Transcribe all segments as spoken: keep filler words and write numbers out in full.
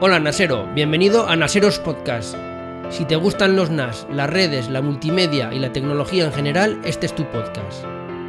Hola Nasero, bienvenido a Naseros Podcast. Si te gustan los N A S, las redes, la multimedia y la tecnología en general, este es tu podcast.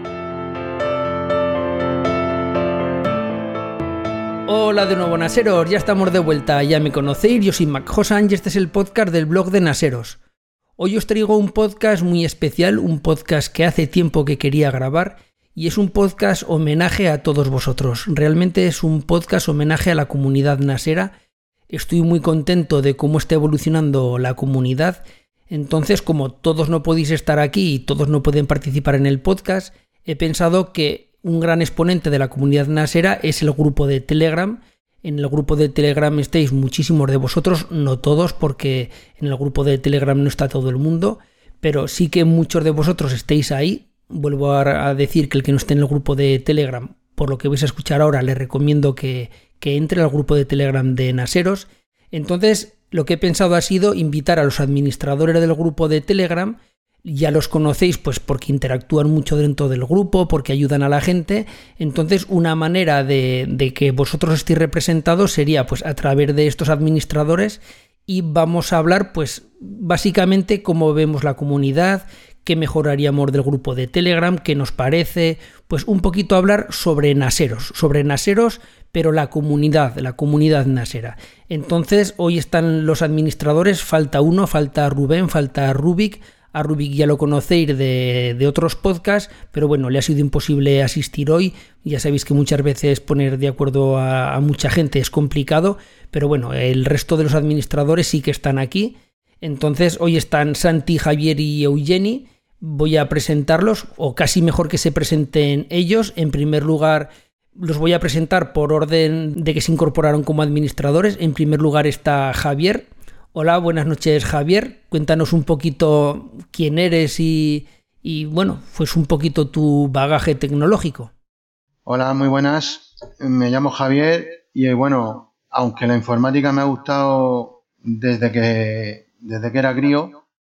Hola de nuevo Naseros, ya estamos de vuelta, ya me conocéis, yo soy Mac Hosan y este es el podcast del blog de Naseros. Hoy os traigo un podcast muy especial, un podcast que hace tiempo que quería grabar y es un podcast homenaje a todos vosotros. Realmente es un podcast homenaje a la comunidad nasera. Estoy muy contento de cómo está evolucionando la comunidad. Entonces, como todos no podéis estar aquí y todos no pueden participar en el podcast, he pensado que un gran exponente de la comunidad nasera es el grupo de Telegram. En el grupo de Telegram estáis muchísimos de vosotros, no todos, porque en el grupo de Telegram no está todo el mundo, pero sí que muchos de vosotros estáis ahí. Vuelvo a decir que el que no esté en el grupo de Telegram, por lo que vais a escuchar ahora, le recomiendo que, que entre al grupo de Telegram de Naseros. Entonces, lo que he pensado ha sido invitar a los administradores del grupo de Telegram. Ya los conocéis pues porque interactúan mucho dentro del grupo, porque ayudan a la gente. Entonces, una manera de, de que vosotros estéis representados sería pues a través de estos administradores, y vamos a hablar pues básicamente cómo vemos la comunidad, qué mejoraríamos del grupo de Telegram, qué nos parece, pues un poquito hablar sobre Naseros, sobre Naseros, pero la comunidad, la comunidad nasera. Entonces, hoy están los administradores, falta uno, falta Rubén, falta Rubik. A Rubik ya lo conocéis de, de otros podcasts, pero bueno, le ha sido imposible asistir hoy. Ya sabéis que muchas veces poner de acuerdo a, a mucha gente es complicado, pero bueno, el resto de los administradores sí que están aquí. Entonces, hoy están Santi, Javier y Eugeni. Voy a presentarlos, o casi mejor que se presenten ellos. En primer lugar, los voy a presentar por orden de que se incorporaron como administradores. En primer lugar está Javier. Hola, buenas noches Javier. Cuéntanos un poquito quién eres y, y bueno, pues un poquito tu bagaje tecnológico. Hola, muy buenas. Me llamo Javier y bueno, aunque la informática me ha gustado desde que, desde que era crío,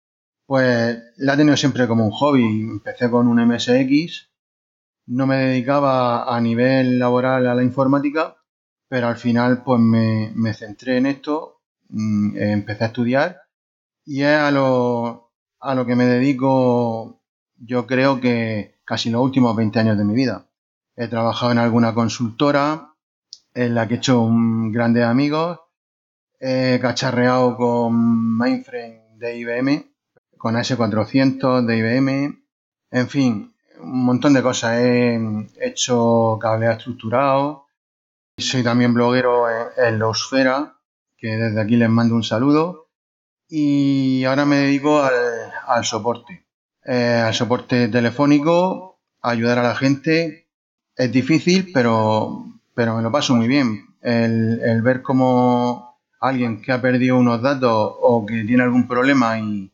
pues la he tenido siempre como un hobby. Empecé con un M S X, no me dedicaba a nivel laboral a la informática, pero al final pues me, me centré en esto, mmm, empecé a estudiar y es a lo, a lo que me dedico, yo creo que casi los últimos veinte años de mi vida. He trabajado en alguna consultora en la que he hecho un grandes amigos, he cacharreado con mainframe de I B M, con A S cuatrocientos de I B M, en fin, un montón de cosas. He hecho cableado estructurado, soy también bloguero en, en Losfera, que desde aquí les mando un saludo, y ahora me dedico al, al soporte, eh, al soporte telefónico, a ayudar a la gente. Es difícil, pero, pero me lo paso muy bien. El, el ver cómo alguien que ha perdido unos datos o que tiene algún problema y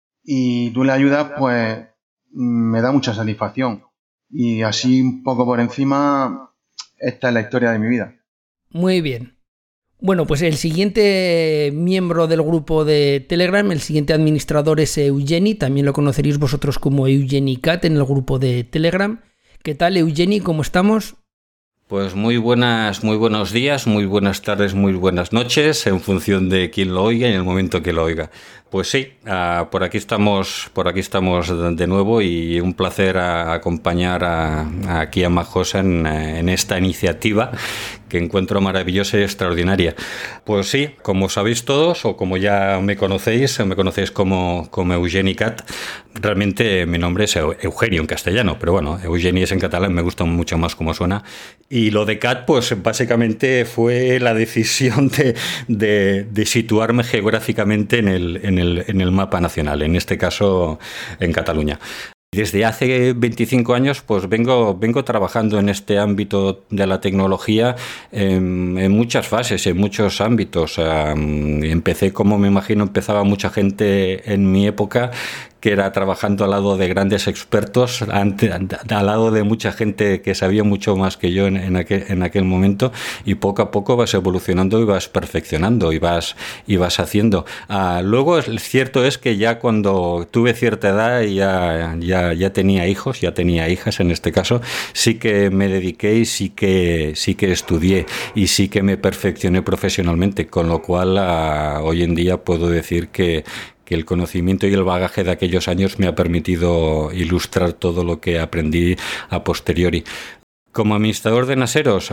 y tú le ayudas, pues me da mucha satisfacción. Y así un poco por encima, esta es la historia de mi vida. Muy bien. Bueno, pues el siguiente miembro del grupo de Telegram, el siguiente administrador es Eugeni, también lo conoceréis vosotros como EugeniCat en el grupo de Telegram. ¿Qué tal, Eugeni? ¿Cómo estamos? Pues muy buenas, muy buenos días, muy buenas tardes, muy buenas noches, en función de quién lo oiga y en el momento que lo oiga. Pues sí, uh, por aquí estamos, por aquí estamos de nuevo y un placer a acompañar a, a aquí a Mac Hosan en, en esta iniciativa que encuentro maravillosa y extraordinaria. Pues sí, como sabéis todos, o como ya me conocéis, me conocéis como, como EugeniCat, realmente mi nombre es Eugenio en castellano, pero bueno, Eugeni es en catalán, me gusta mucho más cómo suena. Y lo de Cat, pues básicamente fue la decisión de, de, de situarme geográficamente en el, en, el, en el mapa nacional, en este caso en Cataluña. Desde hace veinticinco años pues vengo, vengo trabajando en este ámbito de la tecnología en, en muchas fases, en muchos ámbitos. Um, empecé, como me imagino, empezaba mucha gente en mi época que era trabajando al lado de grandes expertos, ante, al lado de mucha gente que sabía mucho más que yo en, en, aquel, en aquel momento, y poco a poco vas evolucionando y vas perfeccionando y vas, y vas haciendo. Uh, luego, es cierto es que ya cuando tuve cierta edad y ya, ya, ya tenía hijos, ya tenía hijas en este caso, sí que me dediqué y sí que, sí que estudié y sí que me perfeccioné profesionalmente, con lo cual uh, hoy en día puedo decir que que el conocimiento y el bagaje de aquellos años me ha permitido ilustrar todo lo que aprendí a posteriori. Como administrador de naseros,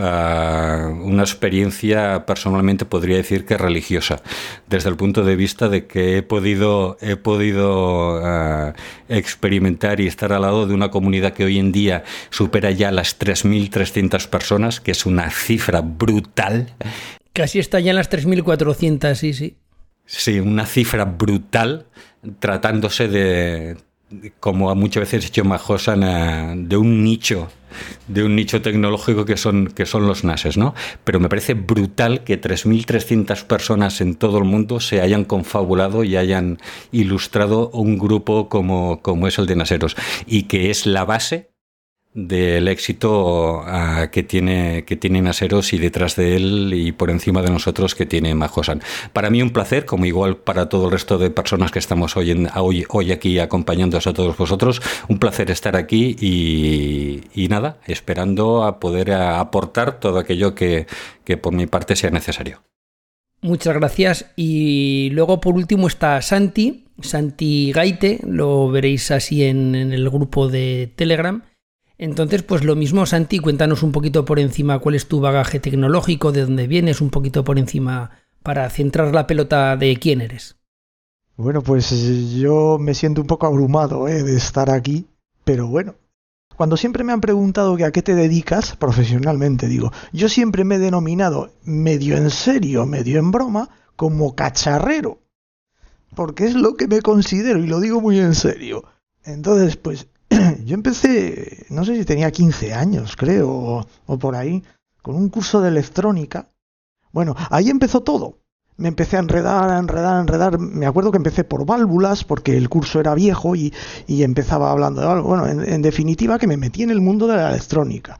una experiencia personalmente podría decir que religiosa, desde el punto de vista de que he podido, he podido uh, experimentar y estar al lado de una comunidad que hoy en día supera ya las tres mil trescientas personas, que es una cifra brutal. Casi está ya en las tres mil cuatrocientas, sí, sí. Sí, una cifra brutal, tratándose de, como muchas veces he dicho Majosan, de un nicho, de un nicho tecnológico que son, que son los NASes, ¿no? Pero me parece brutal que tres mil trescientas personas en todo el mundo se hayan confabulado y hayan ilustrado un grupo como, como es el de Naseros, y que es la base del éxito uh, que tiene que tiene Naseros, y detrás de él y por encima de nosotros que tiene Majosan. Para mí un placer, como igual para todo el resto de personas que estamos hoy, en, hoy, hoy aquí acompañándoos a todos vosotros, un placer estar aquí y, y nada, esperando a poder a aportar todo aquello que, que por mi parte sea necesario. Muchas gracias. Y luego por último está Santi, Santi Gaite, lo veréis así en, en el grupo de Telegram. Entonces, pues lo mismo, Santi, cuéntanos un poquito por encima cuál es tu bagaje tecnológico, de dónde vienes, un poquito por encima para centrar la pelota de quién eres. Bueno, pues yo me siento un poco abrumado ¿eh? de estar aquí, pero bueno, cuando siempre me han preguntado que a qué te dedicas profesionalmente, digo, yo siempre me he denominado medio en serio, medio en broma, como cacharrero, porque es lo que me considero y lo digo muy en serio. Entonces, pues yo empecé, no sé si tenía quince años, creo, o, o por ahí, con un curso de electrónica. Bueno, ahí empezó todo. Me empecé a enredar, a enredar, a enredar. Me acuerdo que empecé por válvulas, porque el curso era viejo y, y empezaba hablando de válvulas. Bueno, en, en definitiva, que me metí en el mundo de la electrónica.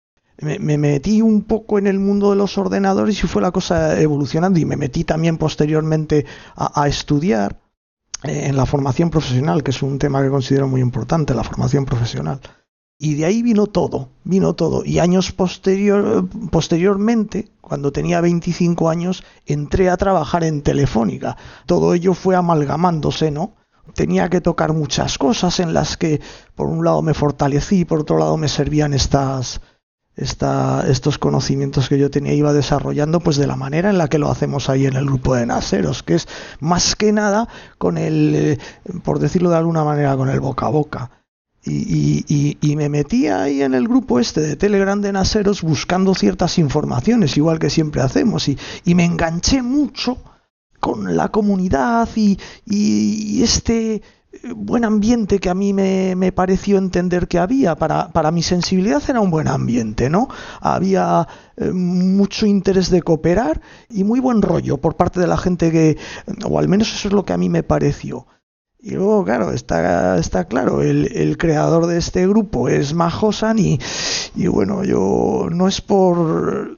Me, me metí un poco en el mundo de los ordenadores y fue la cosa evolucionando. Y me metí también posteriormente a, a estudiar en la formación profesional, que es un tema que considero muy importante, la formación profesional. Y de ahí vino todo, vino todo. Y años posterior, posteriormente, cuando tenía veinticinco años, entré a trabajar en Telefónica. Todo ello fue amalgamándose, ¿no? Tenía que tocar muchas cosas en las que, por un lado, me fortalecí, por otro lado, me servían estas... Esta, estos conocimientos que yo tenía, iba desarrollando pues de la manera en la que lo hacemos ahí en el grupo de Naseros, que es más que nada con el, eh, por decirlo de alguna manera, con el boca a boca. Y, y, y, y me metí ahí en el grupo este de Telegram de Naseros buscando ciertas informaciones, igual que siempre hacemos, y, y me enganché mucho con la comunidad y, y, y este... buen ambiente que a mí me, me pareció entender que había. Para, para mi sensibilidad era un buen ambiente, ¿no? Había eh, mucho interés de cooperar y muy buen rollo por parte de la gente que, o al menos eso es lo que a mí me pareció. Y luego, claro, está, está claro, el, el creador de este grupo es Majosan y, y bueno, yo no es por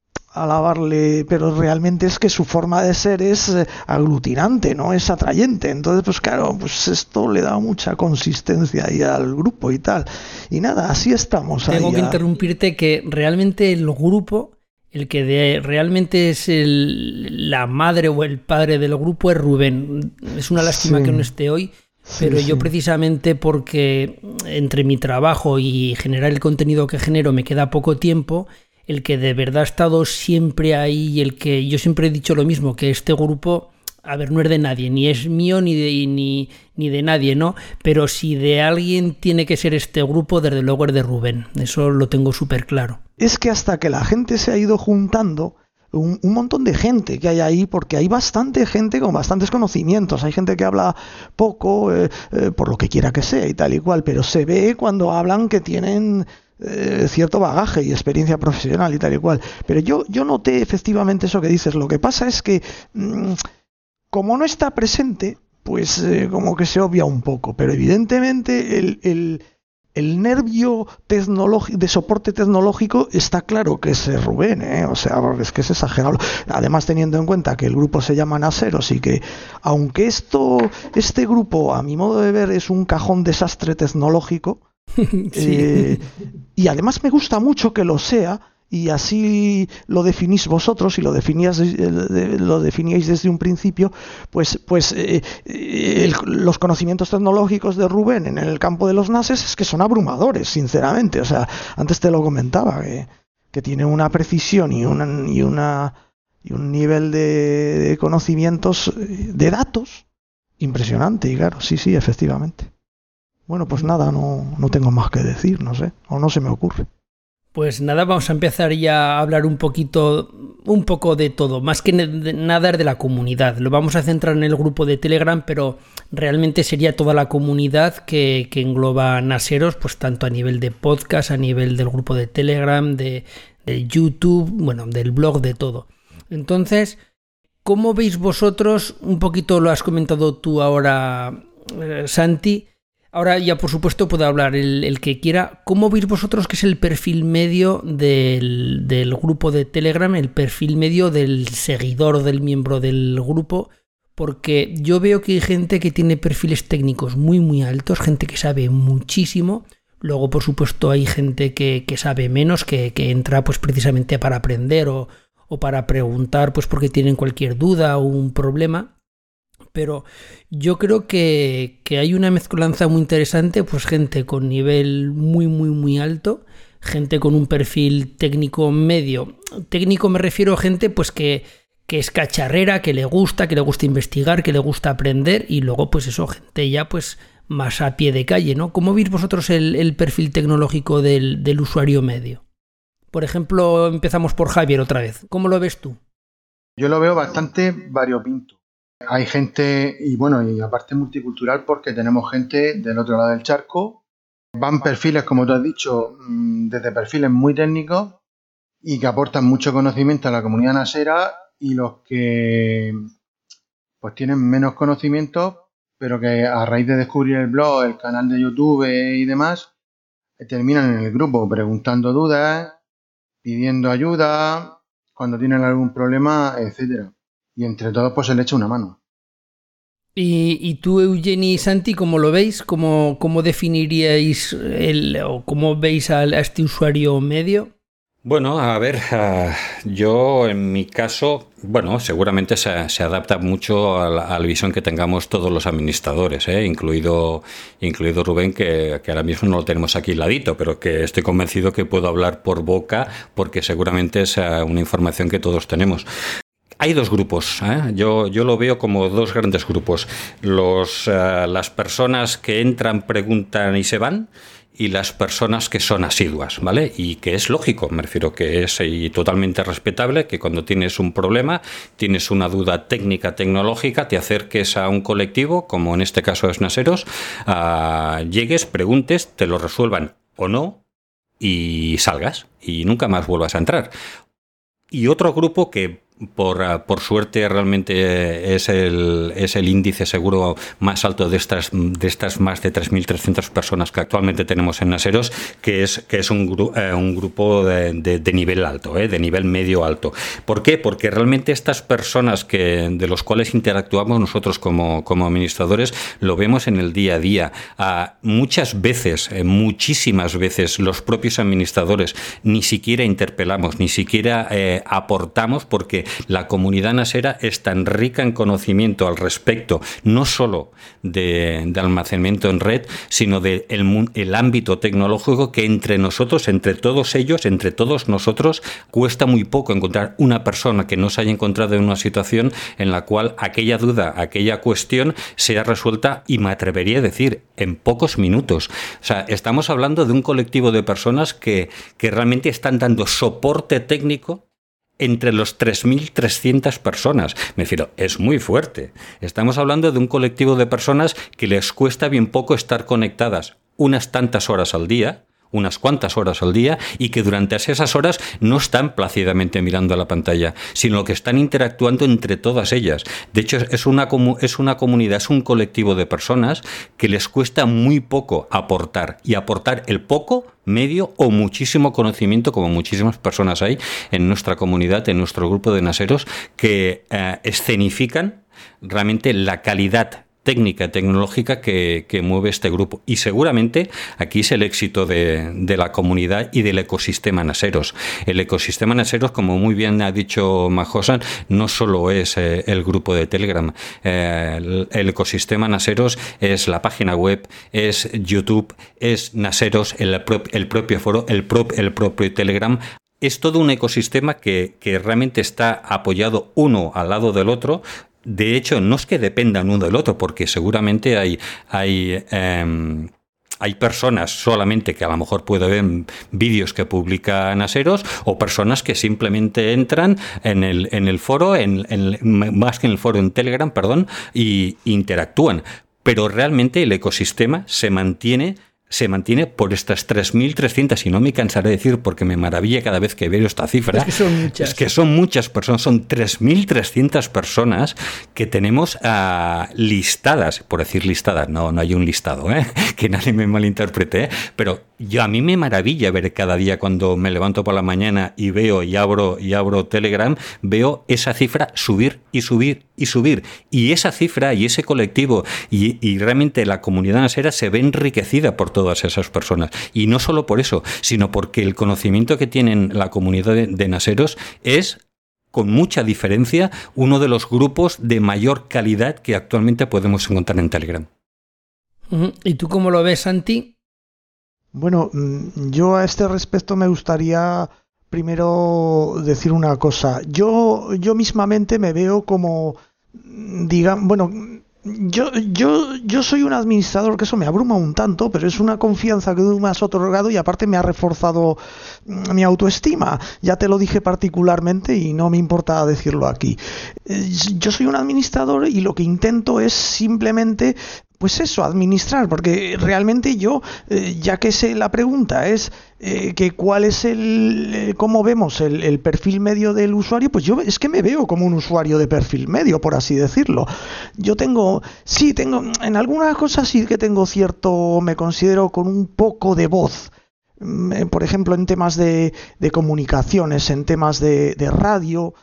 alabarle, pero realmente es que su forma de ser es aglutinante, no es atrayente. Entonces, pues claro, pues esto le da mucha consistencia ahí al grupo y tal. Y nada, así estamos. Tengo ahí que a... interrumpirte, que realmente el grupo, el que de, realmente es el, la madre o el padre del grupo es Rubén. Es una lástima sí. que no esté hoy, pero sí, yo sí. precisamente porque entre mi trabajo y generar el contenido que genero me queda poco tiempo. El que de verdad ha estado siempre ahí y el que yo siempre he dicho lo mismo, que este grupo, a ver, no es de nadie, ni es mío ni de, ni, ni de nadie, ¿no? Pero si de alguien tiene que ser este grupo, desde luego es de Rubén, eso lo tengo súper claro. Es que hasta que la gente se ha ido juntando, un, un montón de gente que hay ahí, porque hay bastante gente con bastantes conocimientos, hay gente que habla poco, eh, eh, por lo que quiera que sea y tal y cual, pero se ve cuando hablan que tienen... Eh, cierto bagaje y experiencia profesional y tal y cual, pero yo, yo noté efectivamente eso que dices. Lo que pasa es que mmm, como no está presente, pues eh, como que se obvia un poco. Pero evidentemente el, el, el nervio de soporte tecnológico está claro que es Rubén, ¿eh? O sea, es que es exagerado. Además, teniendo en cuenta que el grupo se llama Naseros y que, aunque esto, este grupo, a mi modo de ver, es un cajón desastre tecnológico, sí. eh, y además me gusta mucho que lo sea, y así lo definís vosotros y lo definías, lo definíais desde un principio, pues, pues eh, el, los conocimientos tecnológicos de Rubén en el campo de los NASes es que son abrumadores, sinceramente. O sea, antes te lo comentaba, que, que tiene una precisión y, una, y, una, y un nivel de, de conocimientos de datos impresionante. Y claro, sí, sí, efectivamente. Bueno, pues nada, no, no tengo más que decir, no sé, o no se me ocurre. Pues nada, vamos a empezar ya a hablar un poquito, un poco de todo, más que nada de la comunidad. Lo vamos a centrar en el grupo de Telegram, pero realmente sería toda la comunidad que, que engloba Naseros, pues tanto a nivel de podcast, a nivel del grupo de Telegram, de, de YouTube, bueno, del blog, de todo. Entonces, ¿cómo veis vosotros? Un poquito lo has comentado tú ahora, eh, Santi. Ahora ya por supuesto puede hablar el, el que quiera. ¿Cómo veis vosotros que es el perfil medio del, del grupo de Telegram, el perfil medio del seguidor o del miembro del grupo? Porque yo veo que hay gente que tiene perfiles técnicos muy muy altos, gente que sabe muchísimo. Luego por supuesto hay gente que, que sabe menos, que, que entra pues precisamente para aprender o, o para preguntar pues porque tienen cualquier duda o un problema. Pero yo creo que, que hay una mezcolanza muy interesante, pues gente con nivel muy muy muy alto, gente con un perfil técnico medio. Técnico me refiero a gente pues que, que es cacharrera, que le gusta, que le gusta investigar, que le gusta aprender, y luego pues eso, gente ya pues más a pie de calle, ¿no? ¿Cómo veis vosotros el, el perfil tecnológico del, del usuario medio? Por ejemplo, empezamos por Javier otra vez. ¿Cómo lo ves tú? Yo lo veo bastante variopinto. Hay gente, y bueno, y aparte multicultural, porque tenemos gente del otro lado del charco. Van perfiles, como tú has dicho, desde perfiles muy técnicos y que aportan mucho conocimiento a la comunidad nasera, y los que pues tienen menos conocimiento, pero que a raíz de descubrir el blog, el canal de YouTube y demás, terminan en el grupo preguntando dudas, pidiendo ayuda, cuando tienen algún problema, etcétera. Y entre todos pues se le echa una mano. ¿Y, y tú, Eugeni y Santi, cómo lo veis? ¿Cómo, cómo definiríais el, o cómo veis a, a este usuario medio? Bueno, a ver, uh, yo en mi caso, bueno, seguramente se, se adapta mucho a la, a la visión que tengamos todos los administradores, ¿eh? incluido, incluido Rubén, que, que ahora mismo no lo tenemos aquí al ladito, pero que estoy convencido que puedo hablar por boca, porque seguramente es uh, una información que todos tenemos. Hay dos grupos, ¿eh? yo, yo lo veo como dos grandes grupos. Los, uh, las personas que entran, preguntan y se van, y las personas que son asiduas, ¿vale? Y que es lógico, me refiero que es y totalmente respetable que cuando tienes un problema, tienes una duda técnica, tecnológica, te acerques a un colectivo, como en este caso es Naseros, uh, llegues, preguntes, te lo resuelvan o no y salgas y nunca más vuelvas a entrar. Y otro grupo que Por, por suerte realmente es el, es el índice seguro más alto de estas, de estas más de tres mil trescientas personas que actualmente tenemos en Naseros, que es, que es un, gru, eh, un grupo de, de, de nivel alto, eh, de nivel medio alto. ¿Por qué? Porque realmente estas personas que, de los cuales interactuamos nosotros como, como administradores lo vemos en el día a día. Ah, muchas veces, eh, muchísimas veces, los propios administradores ni siquiera interpelamos, ni siquiera eh, aportamos, porque la comunidad nasera es tan rica en conocimiento al respecto, no solo de, de almacenamiento en red, sino del de el ámbito tecnológico, que entre nosotros, entre todos ellos, entre todos nosotros, cuesta muy poco encontrar una persona que no se haya encontrado en una situación en la cual aquella duda, aquella cuestión sea resuelta, y me atrevería a decir, en pocos minutos. O sea, estamos hablando de un colectivo de personas que, que realmente están dando soporte técnico entre los tres mil trescientas personas. Me refiero, es muy fuerte. Estamos hablando de un colectivo de personas que les cuesta bien poco estar conectadas unas tantas horas al día, unas cuantas horas al día y que durante esas horas no están plácidamente mirando a la pantalla, sino que están interactuando entre todas ellas. De hecho, es una, es una comunidad, es un colectivo de personas que les cuesta muy poco aportar, y aportar el poco, medio o muchísimo conocimiento, como muchísimas personas hay en nuestra comunidad, en nuestro grupo de naseros, que eh, escenifican realmente la calidad técnica, tecnológica que, que mueve este grupo. Y seguramente aquí es el éxito de, de la comunidad y del ecosistema Naseros. El ecosistema Naseros, como muy bien ha dicho Mac-Hosan, no solo es eh, el grupo de Telegram. Eh, el, el ecosistema Naseros es la página web, es YouTube, es Naseros, el, el propio foro, el, pro, el propio Telegram. Es todo un ecosistema que, que realmente está apoyado uno al lado del otro. De hecho, no es que dependan uno del otro, porque seguramente hay, hay, eh, hay personas solamente que a lo mejor pueden ver vídeos que publica Naseros, o personas que simplemente entran en el, en el foro, en, en, más que en el foro, en Telegram, perdón, y interactúan. Pero realmente el ecosistema se mantiene se mantiene por estas tres mil trescientas, y no me cansaré de decir porque me maravilla cada vez que veo esta cifra. Es que son muchas. Es que son muchas personas, son tres mil trescientas personas que tenemos uh, listadas, por decir listadas, no, no hay un listado, ¿eh? Que nadie me malinterprete, ¿eh? Pero yo, a mí me maravilla ver cada día cuando me levanto por la mañana y veo y abro, y abro Telegram, veo esa cifra subir y subir y subir. Y esa cifra y ese colectivo y, y realmente la comunidad nasera se ve enriquecida por todo todas esas personas. Y no solo por eso, sino porque el conocimiento que tienen la comunidad de, de naseros es, con mucha diferencia, uno de los grupos de mayor calidad que actualmente podemos encontrar en Telegram. ¿Y tú cómo lo ves, Santi? Bueno, yo a este respecto me gustaría primero decir una cosa. Yo, yo mismamente me veo como, digamos, bueno, Yo, yo, yo soy un administrador, que eso me abruma un tanto, pero es una confianza que tú me has otorgado y aparte me ha reforzado mi autoestima. Ya te lo dije particularmente y no me importa decirlo aquí. Yo soy un administrador y lo que intento es simplemente, pues eso, administrar, porque realmente yo, eh, ya que sé, la pregunta es eh, que cuál es el, eh, cómo vemos el, el perfil medio del usuario, pues yo es que me veo como un usuario de perfil medio, por así decirlo. Yo tengo, sí, tengo, en algunas cosas sí que tengo cierto, me considero con un poco de voz. Por ejemplo, en temas de, de comunicaciones, en temas de, de radio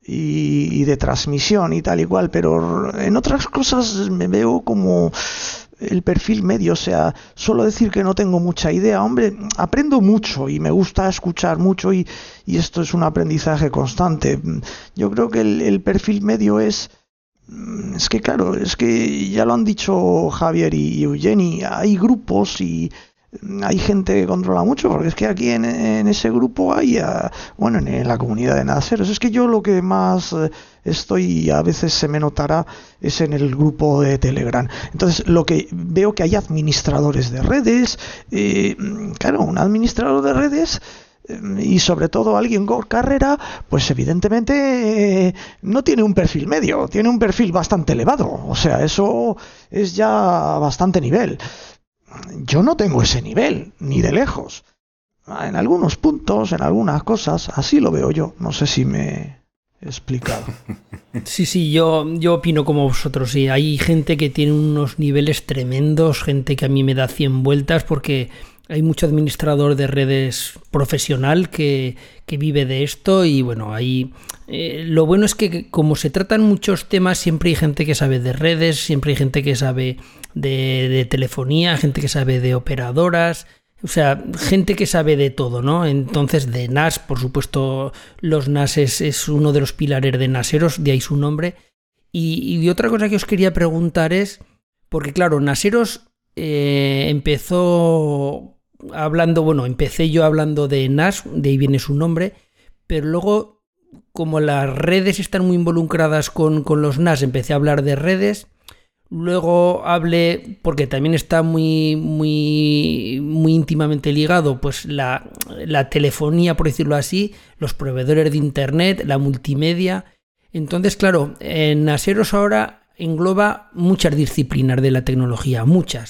y, y de transmisión y tal y cual, pero en otras cosas me veo como el perfil medio, o sea, solo decir que no tengo mucha idea. Hombre, aprendo mucho y me gusta escuchar mucho y, y esto es un aprendizaje constante. Yo creo que el, el perfil medio es... Es que claro, es que ya lo han dicho Javier y Eugeni, hay grupos y hay gente que controla mucho, porque es que aquí en, en ese grupo hay, a, bueno, en la comunidad de naseros, es que yo lo que más estoy, a veces se me notará, es en el grupo de Telegram. Entonces, lo que veo que hay administradores de redes, eh, claro, un administrador de redes... y sobre todo alguien con carrera, pues evidentemente eh, no tiene un perfil medio, tiene un perfil bastante elevado, o sea, eso es ya bastante nivel. Yo no tengo ese nivel, ni de lejos. En algunos puntos, en algunas cosas, así lo veo yo. No sé si me he explicado. Sí, sí, yo, yo opino como vosotros. Sí, hay gente que tiene unos niveles tremendos, gente que a mí me da cien vueltas porque hay mucho administrador de redes profesional que, que vive de esto y bueno, ahí eh, lo bueno es que como se tratan muchos temas, siempre hay gente que sabe de redes, siempre hay gente que sabe de, de telefonía, gente que sabe de operadoras, o sea, gente que sabe de todo, ¿no? Entonces de N A S, por supuesto, los N A S es, es uno de los pilares de Naseros, de ahí su nombre. Y, y otra cosa que os quería preguntar es, porque claro, Naseros eh, empezó... hablando, bueno, empecé yo hablando de N A S, de ahí viene su nombre, pero luego, como las redes están muy involucradas con, con los N A S, empecé a hablar de redes, luego hablé, porque también está muy, muy, muy íntimamente ligado, pues la, la telefonía, por decirlo así, los proveedores de internet, la multimedia. Entonces, claro, en Naseros ahora engloba muchas disciplinas de la tecnología, muchas. O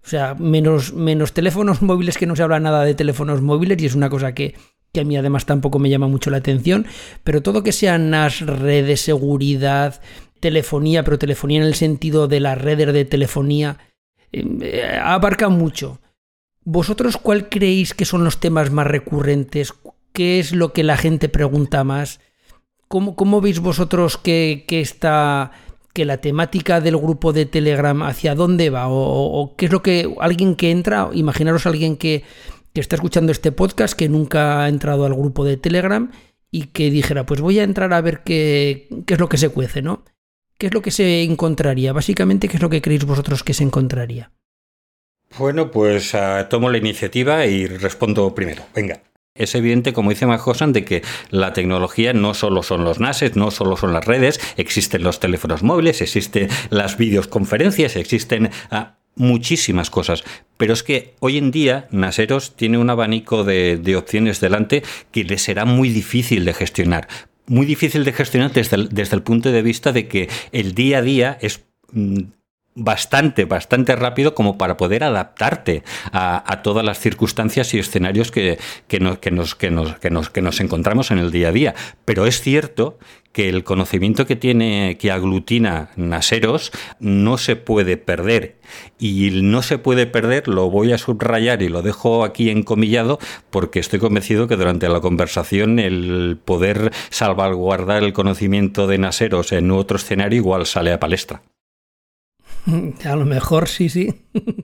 O sea, menos, menos teléfonos móviles, que no se habla nada de teléfonos móviles y es una cosa que, que a mí además tampoco me llama mucho la atención, pero todo que sea N A S, redes, seguridad, telefonía, pero telefonía en el sentido de las redes de telefonía, eh, abarca mucho. ¿Vosotros cuál creéis que son los temas más recurrentes? ¿Qué es lo que la gente pregunta más? ¿Cómo, cómo veis vosotros que, que, está, que la temática del grupo de Telegram hacia dónde va? ¿O, o qué es lo que alguien que entra, imaginaros a alguien que, que está escuchando este podcast, que nunca ha entrado al grupo de Telegram y que dijera, pues voy a entrar a ver qué, qué es lo que se cuece, ¿no? ¿Qué es lo que se encontraría? Básicamente, ¿qué es lo que creéis vosotros que se encontraría? Bueno, pues uh, tomo la iniciativa y respondo primero. Venga. Es evidente, como dice McCossan, de que la tecnología no solo son los N A S, no solo son las redes, existen los teléfonos móviles, existen las videoconferencias, existen uh, muchísimas cosas. Pero es que hoy en día Naseros tiene un abanico de, de opciones delante que le será muy difícil de gestionar. Muy difícil de gestionar desde el, desde el punto de vista de que el día a día es mmm, bastante, bastante rápido como para poder adaptarte a, a todas las circunstancias y escenarios que, que, nos, que, nos, que, nos, que, nos, que nos encontramos en el día a día. Pero es cierto que el conocimiento que tiene, que aglutina Naseros, no se puede perder. Y no se puede perder, lo voy a subrayar y lo dejo aquí encomillado, porque estoy convencido que durante la conversación el poder salvaguardar el conocimiento de Naseros en otro escenario igual sale a palestra. A lo mejor sí, sí.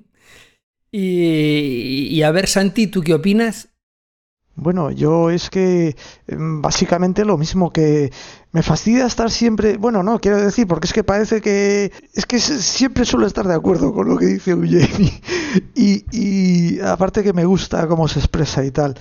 y, y a ver, Santi, ¿tú qué opinas? Bueno, yo es que básicamente lo mismo, que me fastidia estar siempre, bueno, no, quiero decir, porque es que parece que, es que siempre suelo estar de acuerdo con lo que dice Eugeni, y, y aparte que me gusta cómo se expresa y tal.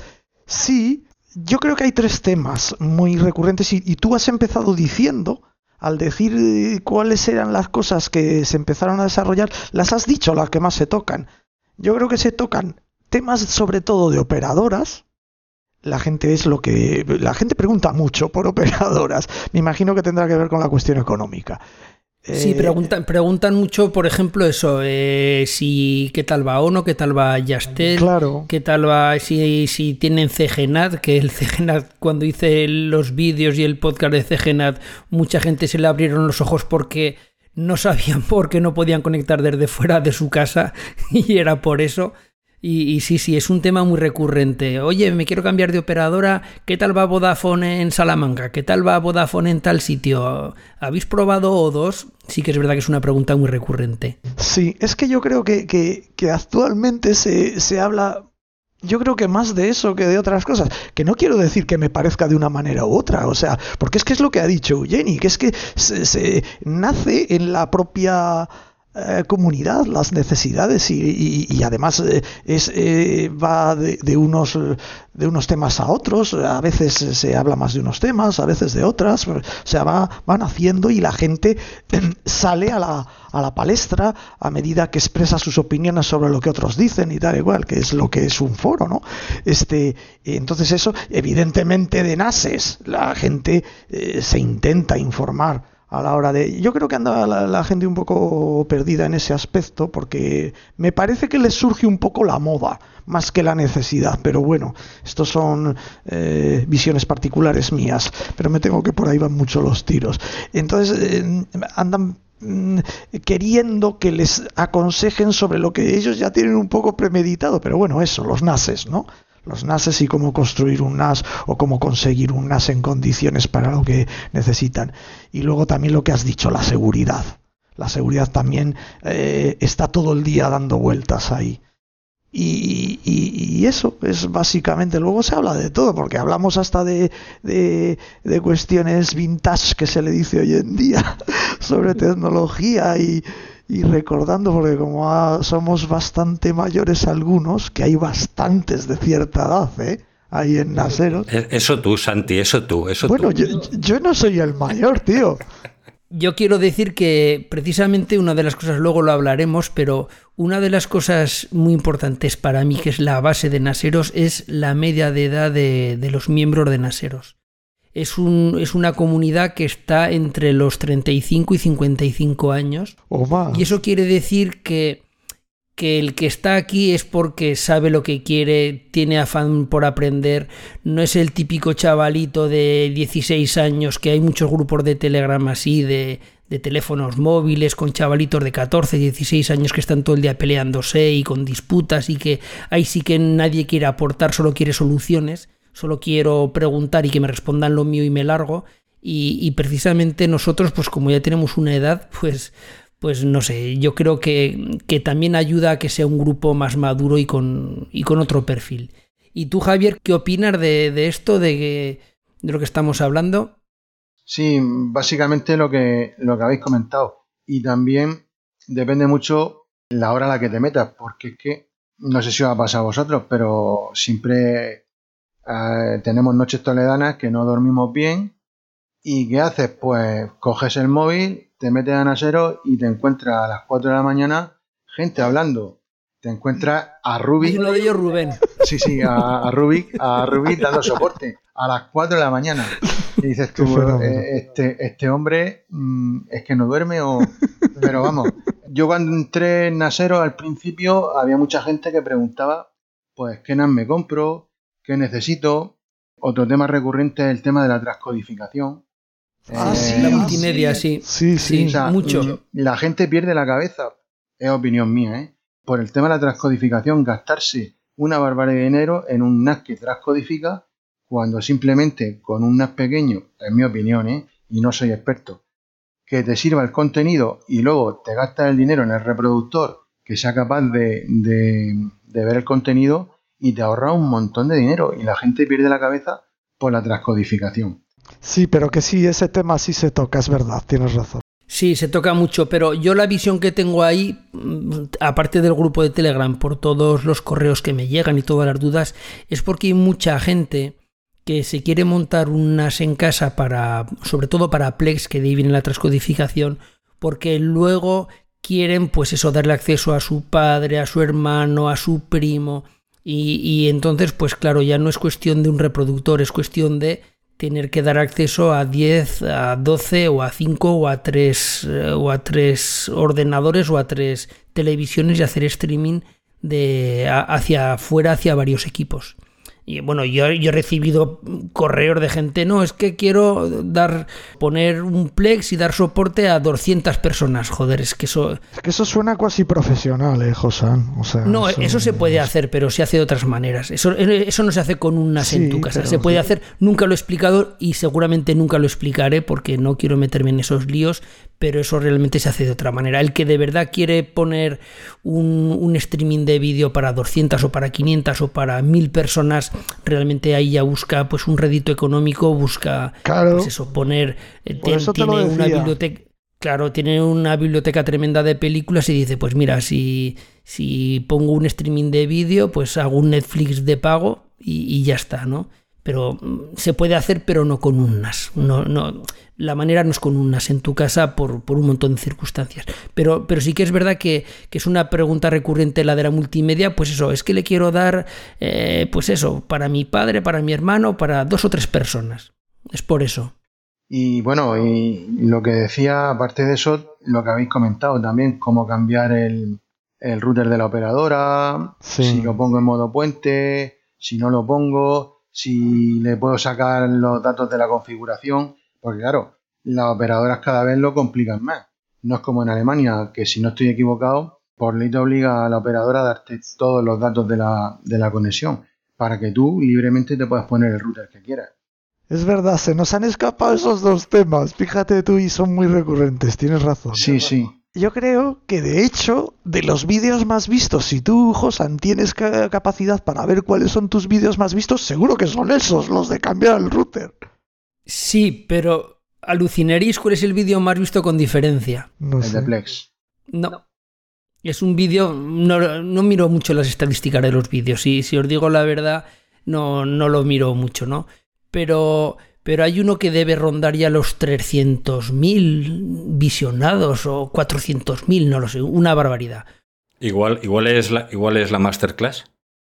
Sí, yo creo que hay tres temas muy recurrentes y, y tú has empezado diciendo, al decir cuáles eran las cosas que se empezaron a desarrollar, las has dicho, las que más se tocan. Yo creo que se tocan temas sobre todo de operadoras. La gente es lo que la gente pregunta mucho por operadoras. Me imagino que tendrá que ver con la cuestión económica. Sí, preguntan, preguntan mucho, por ejemplo, eso, eh, si qué tal va Ono, qué tal va Yastel, claro. Qué tal va, si, si tienen C G N A T, que el C G N A T, cuando hice los vídeos y el podcast de C G N A T, mucha gente se le abrieron los ojos porque no sabían por qué no podían conectar desde fuera de su casa y era por eso. Y, y sí, sí, es un tema muy recurrente. Oye, me quiero cambiar de operadora. ¿Qué tal va Vodafone en Salamanca? ¿Qué tal va Vodafone en tal sitio? ¿Habéis probado O dos? Sí que es verdad que es una pregunta muy recurrente. Sí, es que yo creo que, que, que actualmente se, se habla, yo creo que más de eso que de otras cosas. Que no quiero decir que me parezca de una manera u otra, o sea, porque es que es lo que ha dicho Eugeni, que es que se, se nace en la propia... Eh, comunidad, las necesidades y, y, y además eh, es eh, va de, de unos de unos temas a otros, a veces se habla más de unos temas, a veces de otras, o sea, va, van haciendo y la gente eh, sale a la, a la palestra a medida que expresa sus opiniones sobre lo que otros dicen y tal igual, que es lo que es un foro, ¿no? Este, entonces eso, evidentemente de nases, la gente eh, se intenta informar a la hora de... Yo creo que anda la, la gente un poco perdida en ese aspecto porque me parece que les surge un poco la moda más que la necesidad, pero bueno, estos son eh, visiones particulares mías, pero me tengo que por ahí van mucho los tiros. Entonces eh, andan mm, queriendo que les aconsejen sobre lo que ellos ya tienen un poco premeditado, pero bueno, eso, los nases, ¿no? Los nases y cómo construir un N A S o cómo conseguir un N A S en condiciones para lo que necesitan. Y luego también lo que has dicho, la seguridad. La seguridad también eh, está todo el día dando vueltas ahí. Y, y, y eso es básicamente, luego se habla de todo, porque hablamos hasta de, de, de cuestiones vintage que se le dice hoy en día sobre tecnología y... Y recordando, porque como a, somos bastante mayores algunos, que hay bastantes de cierta edad, ¿eh? Ahí en Naseros. Eso tú, Santi, eso tú, eso bueno, tú. Bueno, yo, yo no soy el mayor, tío. Yo quiero decir que precisamente una de las cosas, luego lo hablaremos, pero una de las cosas muy importantes para mí, que es la base de Naseros, es la media de edad de, de los miembros de Naseros. Es, un, es una comunidad que está entre los treinta y cinco y cincuenta y cinco años. Oh, y eso quiere decir que que el que está aquí es porque sabe lo que quiere, tiene afán por aprender, no es el típico chavalito de dieciséis años, que hay muchos grupos de Telegram así, de, de teléfonos móviles, con chavalitos de catorce, dieciséis años que están todo el día peleándose y con disputas, y que ahí sí que nadie quiere aportar, solo quiere soluciones, solo quiero preguntar y que me respondan lo mío y me largo. Y, y precisamente nosotros, pues como ya tenemos una edad, pues... Pues no sé, yo creo que, que también ayuda a que sea un grupo más maduro y con, y con otro perfil. ¿Y tú, Javier, qué opinas de, de esto, de, que, de lo que estamos hablando? Sí, básicamente lo que, lo que habéis comentado. Y también depende mucho la hora a la que te metas, porque es que, no sé si os ha pasado a vosotros, pero siempre eh, tenemos noches toledanas que no dormimos bien. ¿Y qué haces? Pues coges el móvil, te metes a Naseros y te encuentras a las cuatro de la mañana gente hablando. Te encuentras a Rubik. Uno de ellos, Rubén. Sí, sí, a, a Rubik, a Rubik dando soporte a las cuatro de la mañana. Y dices tú, eh, este, este hombre mmm, es que no duerme o... Pero vamos, yo cuando entré en Naseros al principio había mucha gente que preguntaba, pues, ¿qué N A S me compro? ¿Qué necesito? Otro tema recurrente es el tema de la transcodificación. Ah, eh, sí, la multimedia, sí. Sí, sí, sí. O sea, mucho. La gente pierde la cabeza, es opinión mía, ¿eh? Por el tema de la transcodificación, gastarse una barbaridad de dinero en un N A S que transcodifica, cuando simplemente con un N A S pequeño, en mi opinión, ¿eh? Y no soy experto, que te sirva el contenido y luego te gastas el dinero en el reproductor que sea capaz de, de, de ver el contenido y te ahorra un montón de dinero y la gente pierde la cabeza por la transcodificación. Sí, pero que sí, ese tema sí se toca, es verdad, tienes razón. Sí, se toca mucho, pero yo la visión que tengo ahí, aparte del grupo de Telegram, por todos los correos que me llegan y todas las dudas, es porque hay mucha gente que se quiere montar un N A S en casa, para, sobre todo para Plex, que de ahí viene la transcodificación, porque luego quieren, pues eso, darle acceso a su padre, a su hermano, a su primo, y, y entonces, pues claro, ya no es cuestión de un reproductor, es cuestión de tener que dar acceso a diez, a doce o a cinco o a tres o a tres ordenadores o a tres televisiones y hacer streaming de hacia afuera, hacia varios equipos. Y bueno, yo, yo he recibido correos de gente, no, es que quiero dar poner un Plex y dar soporte a doscientas personas. Joder, es que eso... Es que eso suena cuasi profesional, ¿eh, Josan? O sea, no, eso, eso se puede hacer, pero se hace de otras maneras. Eso, eso no se hace con un N A S sí, en tu casa. Se puede hacer, nunca lo he explicado y seguramente nunca lo explicaré porque no quiero meterme en esos líos, pero eso realmente se hace de otra manera. El que de verdad quiere poner un, un streaming de vídeo para doscientas o para quinientas o para mil personas, realmente ahí ya busca pues un rédito económico, busca claro. pues eso, poner eh, Por eso tiene te lo una biblioteca, claro, tiene una biblioteca tremenda de películas y dice, pues mira, si, si pongo un streaming de vídeo, pues hago un Netflix de pago y, y ya está, ¿no? Pero se puede hacer, pero no con un N A S. No, no, la manera no es con un N A S en tu casa por, por un montón de circunstancias. Pero, pero sí que es verdad que, que es una pregunta recurrente la de la multimedia. Pues eso, es que le quiero dar, eh, pues eso, para mi padre, para mi hermano, para dos o tres personas. Es por eso. Y bueno, y lo que decía, aparte de eso, lo que habéis comentado también, cómo cambiar el, el router de la operadora, sí. Si lo pongo en modo puente, si no lo pongo... si le puedo sacar los datos de la configuración, porque claro, las operadoras cada vez lo complican más. No es como en Alemania, que si no estoy equivocado, por ley te obliga a la operadora a darte todos los datos de la, de la conexión, para que tú libremente te puedas poner el router que quieras. Es verdad, se nos han escapado esos dos temas, fíjate tú, y son muy recurrentes, tienes razón. Sí, sí. Yo creo que, de hecho, de los vídeos más vistos, si tú, Josan, tienes capacidad para ver cuáles son tus vídeos más vistos, seguro que son esos, los de cambiar el router. Sí, pero alucinaréis cuál es el vídeo más visto con diferencia. No el sé. de Plex. No. Es un vídeo... No, no miro mucho las estadísticas de los vídeos. Si, si os digo la verdad, no, no lo miro mucho, ¿no? Pero... Pero hay uno que debe rondar ya los trescientos mil visionados o cuatrocientos mil, no lo sé, una barbaridad. Igual, igual, es la, igual es la masterclass.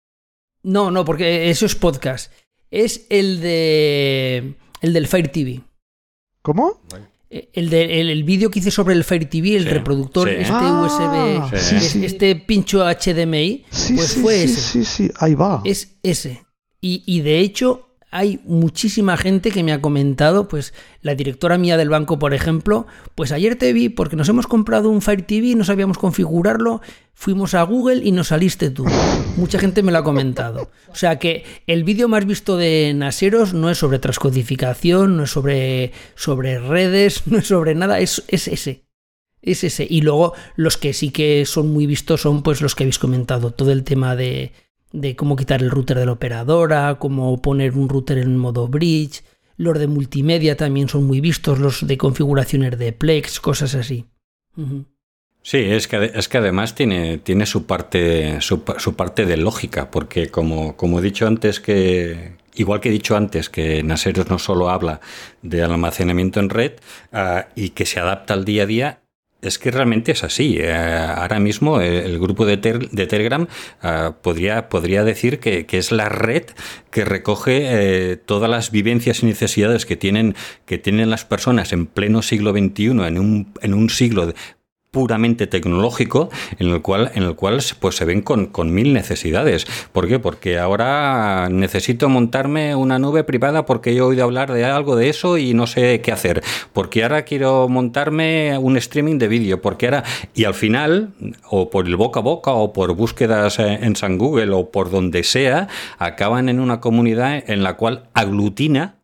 No, no, porque eso es podcast. Es el de el del Fire T V. ¿Cómo? El, de, el, el vídeo que hice sobre el Fire T V, el sí, reproductor, sí. este ah, U S B, sí, sí. este pincho H D M I, sí, pues sí, fue sí, ese. Sí, sí, ahí va. Es ese. Y, y de hecho, hay muchísima gente que me ha comentado, pues la directora mía del banco, por ejemplo, pues ayer te vi porque nos hemos comprado un Fire T V, no sabíamos configurarlo, fuimos a Google y nos saliste tú. Mucha gente me lo ha comentado. O sea que el vídeo más visto de Naseros no es sobre transcodificación, no es sobre, sobre redes, no es sobre nada, es, es ese. Es ese. Y luego los que sí que son muy vistos son pues los que habéis comentado, todo el tema de... de cómo quitar el router de la operadora, cómo poner un router en modo bridge, los de multimedia también son muy vistos, los de configuraciones de Plex, cosas así. Uh-huh. Sí, es que, es que además tiene, tiene su parte su, su parte de lógica, porque como, como he dicho antes que... Igual que he dicho antes que Naseros no solo habla de almacenamiento en red uh, y que se adapta al día a día, es que realmente es así. Eh, ahora mismo el, el grupo de, ter, de Telegram eh, podría, podría decir que, que es la red que recoge eh, todas las vivencias y necesidades que tienen, que tienen las personas en pleno siglo veintiuno, en un, en un siglo de, puramente tecnológico, en el cual, en el cual pues, se ven con, con mil necesidades. ¿Por qué? Porque ahora necesito montarme una nube privada porque he oído hablar de algo de eso y no sé qué hacer. Porque ahora quiero montarme un streaming de vídeo. Porque ahora, y al final, o por el boca a boca, o por búsquedas en San Google, o por donde sea, acaban en una comunidad en la cual aglutina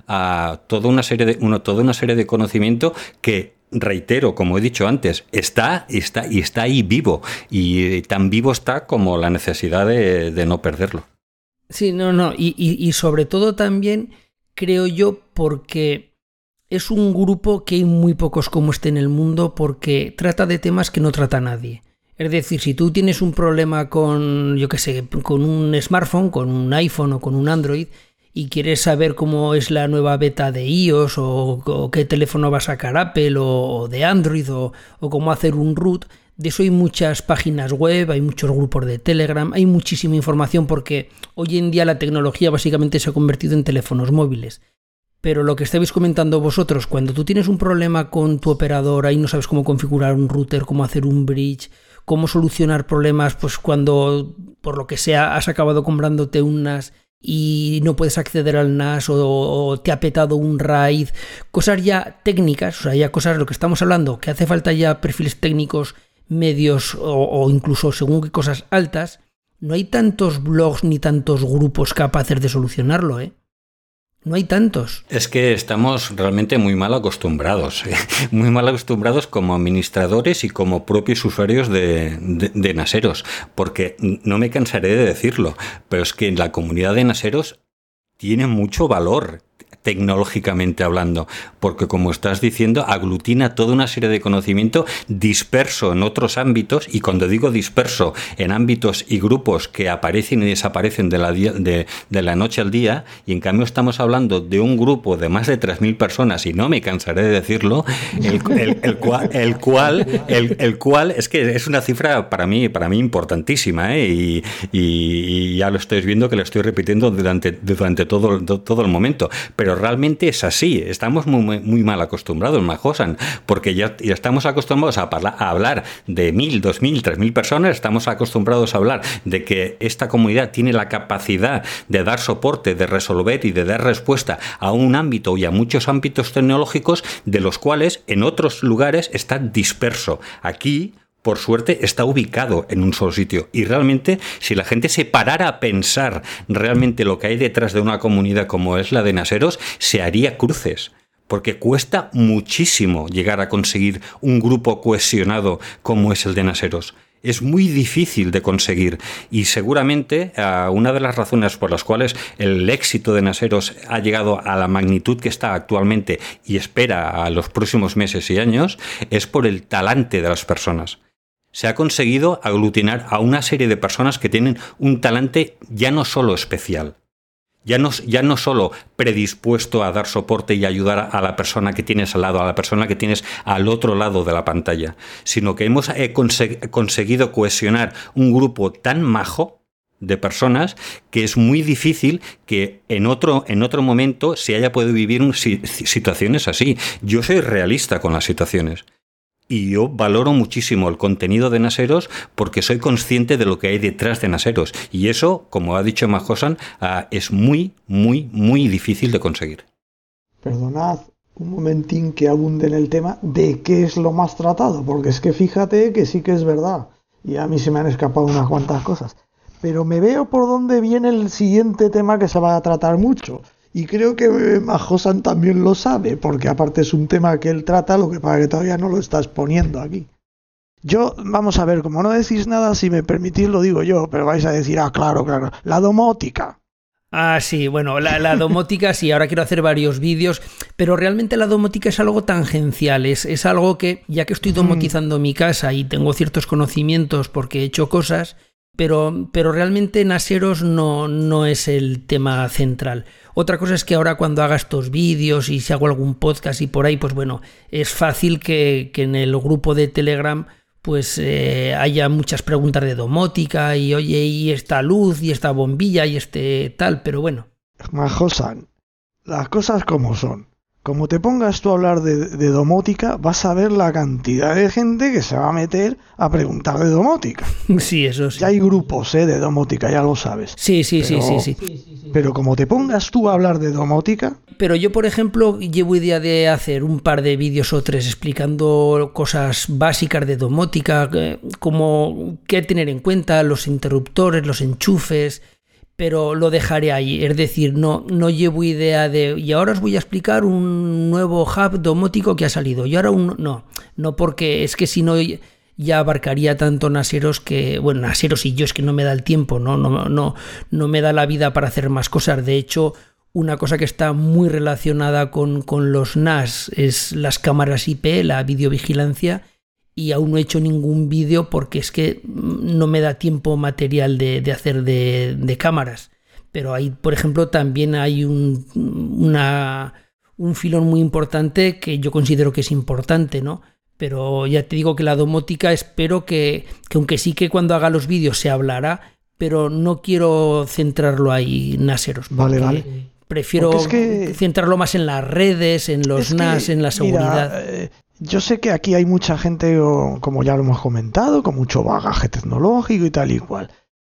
a toda una serie de, una, toda una serie de conocimiento que, reitero, como he dicho antes, está, está y está ahí vivo, y tan vivo está como la necesidad de, de no perderlo. Sí, no, no, y, y, y sobre todo también creo yo porque es un grupo que hay muy pocos como este en el mundo, porque trata de temas que no trata nadie. Es decir, si tú tienes un problema con, yo qué sé, con un smartphone, con un iPhone o con un Android, y quieres saber cómo es la nueva beta de iOS o, o qué teléfono va a sacar Apple o, o de Android o, o cómo hacer un root, de eso hay muchas páginas web, hay muchos grupos de Telegram, hay muchísima información porque hoy en día la tecnología básicamente se ha convertido en teléfonos móviles. Pero lo que estáis comentando vosotros, cuando tú tienes un problema con tu operadora y no sabes cómo configurar un router, cómo hacer un bridge, cómo solucionar problemas, pues cuando por lo que sea has acabado comprándote unas y no puedes acceder al N A S o, o te ha petado un RAID, cosas ya técnicas, o sea, ya cosas de lo que estamos hablando, que hace falta ya perfiles técnicos medios o, o incluso según qué cosas altas, no hay tantos blogs ni tantos grupos capaces de solucionarlo, ¿eh? No hay tantos. Es que estamos realmente muy mal acostumbrados, ¿eh? muy mal acostumbrados como administradores y como propios usuarios de, de, de Naseros, porque no me cansaré de decirlo, pero es que la comunidad de Naseros tiene mucho valor tecnológicamente hablando, porque como estás diciendo, aglutina toda una serie de conocimiento disperso en otros ámbitos, y cuando digo disperso, en ámbitos y grupos que aparecen y desaparecen de la, de, de la noche al día, y en cambio estamos hablando de un grupo de más de tres mil personas, y no me cansaré de decirlo, el, el, el, cual, el, cual, el, el cual es que es una cifra para mí, para mí importantísima, ¿eh? y, y, y ya lo estáis viendo que lo estoy repitiendo durante, durante todo, todo el momento, pero realmente es así. Estamos muy, muy mal acostumbrados, Majosan, porque ya, ya estamos acostumbrados a, parla, a hablar de mil, dos mil, tres mil personas, estamos acostumbrados a hablar de que esta comunidad tiene la capacidad de dar soporte, de resolver y de dar respuesta a un ámbito y a muchos ámbitos tecnológicos de los cuales en otros lugares está disperso. Aquí, por suerte, está ubicado en un solo sitio. Y realmente, si la gente se parara a pensar realmente lo que hay detrás de una comunidad como es la de Naseros, se haría cruces. Porque cuesta muchísimo llegar a conseguir un grupo cohesionado como es el de Naseros. Es muy difícil de conseguir, y seguramente uh, una de las razones por las cuales el éxito de Naseros ha llegado a la magnitud que está actualmente y espera a los próximos meses y años es por el talante de las personas. Se ha conseguido aglutinar a una serie de personas que tienen un talante ya no solo especial, ya no, ya no solo predispuesto a dar soporte y ayudar a la persona que tienes al lado, a la persona que tienes al otro lado de la pantalla, sino que hemos eh, consegu- conseguido cohesionar un grupo tan majo, de personas que es muy difícil que en otro, en otro momento se haya podido vivir un, situaciones así. Yo soy realista con las situaciones. Y yo valoro muchísimo el contenido de Naseros porque soy consciente de lo que hay detrás de Naseros. Y eso, como ha dicho Majosan, uh, es muy, muy, muy difícil de conseguir. Perdonad un momentín que abunde en el tema de qué es lo más tratado, porque es que fíjate que sí que es verdad. Y a mí se me han escapado unas cuantas cosas. Pero me veo por dónde viene el siguiente tema que se va a tratar mucho. Y creo que Majosan también lo sabe, porque aparte es un tema que él trata, lo que pasa que todavía no lo está exponiendo aquí. Yo, vamos a ver, como no decís nada, si me permitís lo digo yo, pero vais a decir, ah, claro, claro, la domótica. Ah, sí, bueno, la, la domótica sí, ahora quiero hacer varios vídeos, pero realmente la domótica es algo tangencial, es, es algo que, ya que estoy domotizando mm. mi casa y tengo ciertos conocimientos porque he hecho cosas, pero, pero realmente Naseros no, no es el tema central. Otra cosa es que ahora cuando haga estos vídeos y si hago algún podcast y por ahí, pues bueno, es fácil que, que en el grupo de Telegram pues eh, haya muchas preguntas de domótica y oye, y esta luz y esta bombilla y este tal, pero bueno. Majosan, las cosas como son. Como te pongas tú a hablar de, de domótica, vas a ver la cantidad de gente que se va a meter a preguntar de domótica. Sí, eso sí. Ya hay grupos ¿eh? de domótica, ya lo sabes. Sí, sí, pero, sí, sí, sí. Pero como te pongas tú a hablar de domótica... Pero yo, por ejemplo, llevo idea de hacer un par de vídeos o tres explicando cosas básicas de domótica, como qué tener en cuenta, los interruptores, los enchufes... pero lo dejaré ahí, es decir, no, no llevo idea de y ahora os voy a explicar un nuevo hub domótico que ha salido y ahora un no, no porque es que si no ya abarcaría tanto Naseros que, bueno, Naseros y yo es que no me da el tiempo, no, no, no, no me da la vida para hacer más cosas. De hecho, una cosa que está muy relacionada con, con los N A S es las cámaras I P, la videovigilancia. Y aún no he hecho ningún vídeo porque es que no me da tiempo material de, de hacer de, de cámaras. Pero ahí, por ejemplo, también hay un, una, un filón muy importante que yo considero que es importante, ¿no? Pero ya te digo que la domótica espero que, que aunque sí que cuando haga los vídeos se hablará, pero no quiero centrarlo ahí en Naseros. Vale, vale. Prefiero es que, centrarlo más en las redes, en los N A S, que, en la seguridad. Mira, eh, yo sé que aquí hay mucha gente, como ya lo hemos comentado, con mucho bagaje tecnológico y tal y cual.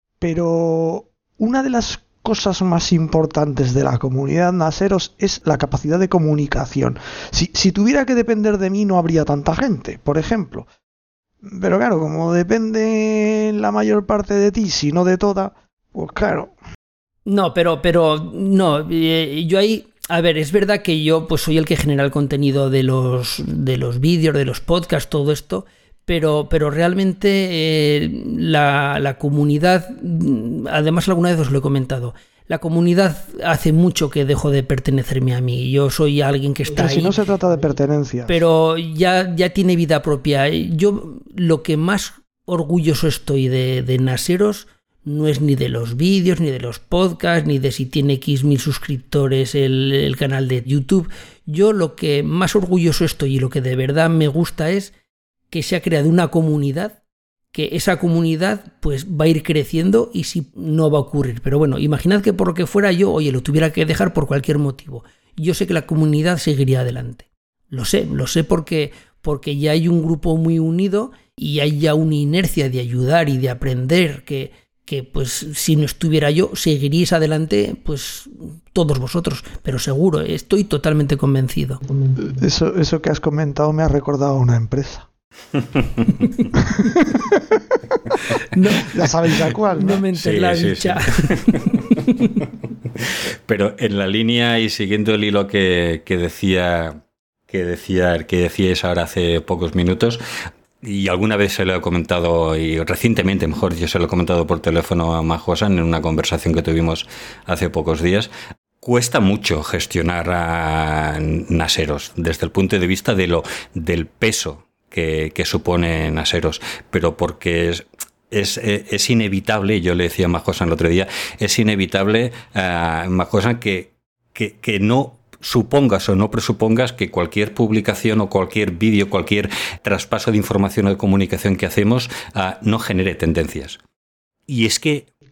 Pero una de las cosas más importantes de la comunidad Naseros es la capacidad de comunicación. Si, si tuviera que depender de mí no habría tanta gente, por ejemplo. Pero claro, como depende la mayor parte de ti, si no de toda, pues claro. No, pero, pero no, eh, yo ahí... A ver, es verdad que yo pues soy el que genera el contenido de los, de los vídeos, de los podcasts, todo esto, pero, pero realmente eh, la, la comunidad, además alguna vez os lo he comentado, la comunidad hace mucho que dejó de pertenecerme a mí. Yo soy alguien que está pero ahí. Si no se trata de pertenencia. Pero ya, ya tiene vida propia. Yo lo que más orgulloso estoy de, de Naseros no es ni de los vídeos, ni de los podcasts, ni de si tiene X mil suscriptores el, el canal de YouTube. Yo lo que más orgulloso estoy y lo que de verdad me gusta es que se ha creado una comunidad, que esa comunidad pues va a ir creciendo y si no va a ocurrir. Pero bueno, imaginad que por lo que fuera yo, oye, lo tuviera que dejar por cualquier motivo. Yo sé que la comunidad seguiría adelante. Lo sé, lo sé porque, porque ya hay un grupo muy unido y hay ya una inercia de ayudar y de aprender que... que pues si no estuviera yo, seguiríais adelante pues todos vosotros, pero seguro, estoy totalmente convencido. Eso, eso que has comentado me ha recordado a una empresa. No, ya sabéis a cuál, ¿no? No me enteré sí, la sí, dicha. Sí. Pero en la línea y siguiendo el hilo que, que decía que decía que decíais ahora hace pocos minutos, y alguna vez se lo he comentado, y recientemente, mejor, yo se lo he comentado por teléfono a Majosan en una conversación que tuvimos hace pocos días. Cuesta mucho gestionar a Naseros desde el punto de vista de lo, del peso que, que supone Naseros, pero porque es, es, es inevitable, yo le decía a Majosan el otro día, es inevitable, uh, Majosan, que, que, que no supongas o no presupongas que cualquier publicación o cualquier vídeo, cualquier traspaso de información o de comunicación que hacemos uh, no genere tendencias. Y es que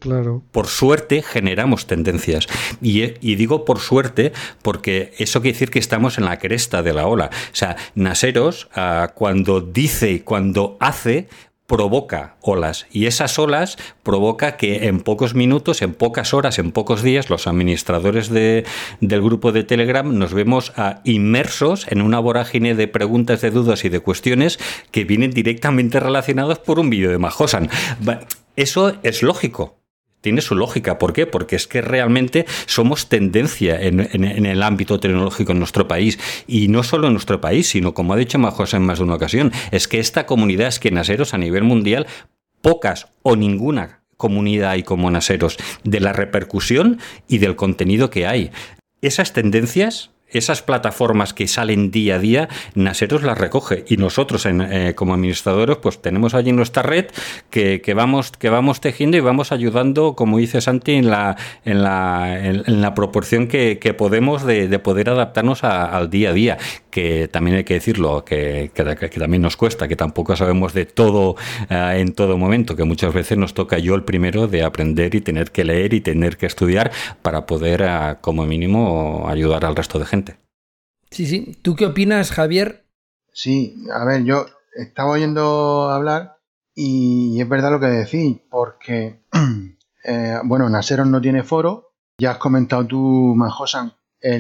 Claro. Por suerte generamos tendencias. Y, y digo por suerte porque eso quiere decir que estamos en la cresta de la ola. O sea, Naseros, uh, cuando dice y cuando hace, provoca olas, y esas olas provoca que en pocos minutos, en pocas horas, en pocos días, los administradores de, del grupo de Telegram nos vemos uh, inmersos en una vorágine de preguntas, de dudas y de cuestiones que vienen directamente relacionados por un vídeo de Majosan. Eso es lógico. Tiene su lógica. ¿Por qué? Porque es que realmente somos tendencia en, en, en el ámbito tecnológico en nuestro país. Y no solo en nuestro país, sino, como ha dicho Majosan en más de una ocasión, es que esta comunidad, es que Naseros a nivel mundial, pocas o ninguna comunidad hay como Naseros, de la repercusión y del contenido que hay. Esas tendencias, esas plataformas que salen día a día, Naseros las recoge, y nosotros en, eh, como administradores pues tenemos allí nuestra red que, que vamos que vamos tejiendo y vamos ayudando, como dice Santi, en la en la, en, en la proporción que, que podemos de, de poder adaptarnos a, al día a día, que también hay que decirlo, que, que, que también nos cuesta, que tampoco sabemos de todo uh, en todo momento, que muchas veces nos toca yo el primero de aprender y tener que leer y tener que estudiar para poder uh, como mínimo ayudar al resto de gente. Sí, sí. ¿Tú qué opinas, Javier? Sí, a ver, yo estaba oyendo hablar y es verdad lo que decís, porque, eh, bueno, Naseros no tiene foro. Ya has comentado tú, Majosan,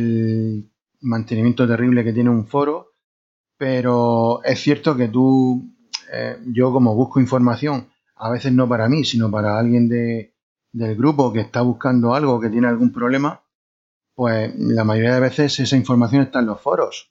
el mantenimiento terrible que tiene un foro, pero es cierto que tú, eh, yo como busco información, a veces no para mí, sino para alguien de, del grupo que está buscando algo, que tiene algún problema, pues la mayoría de veces esa información está en los foros.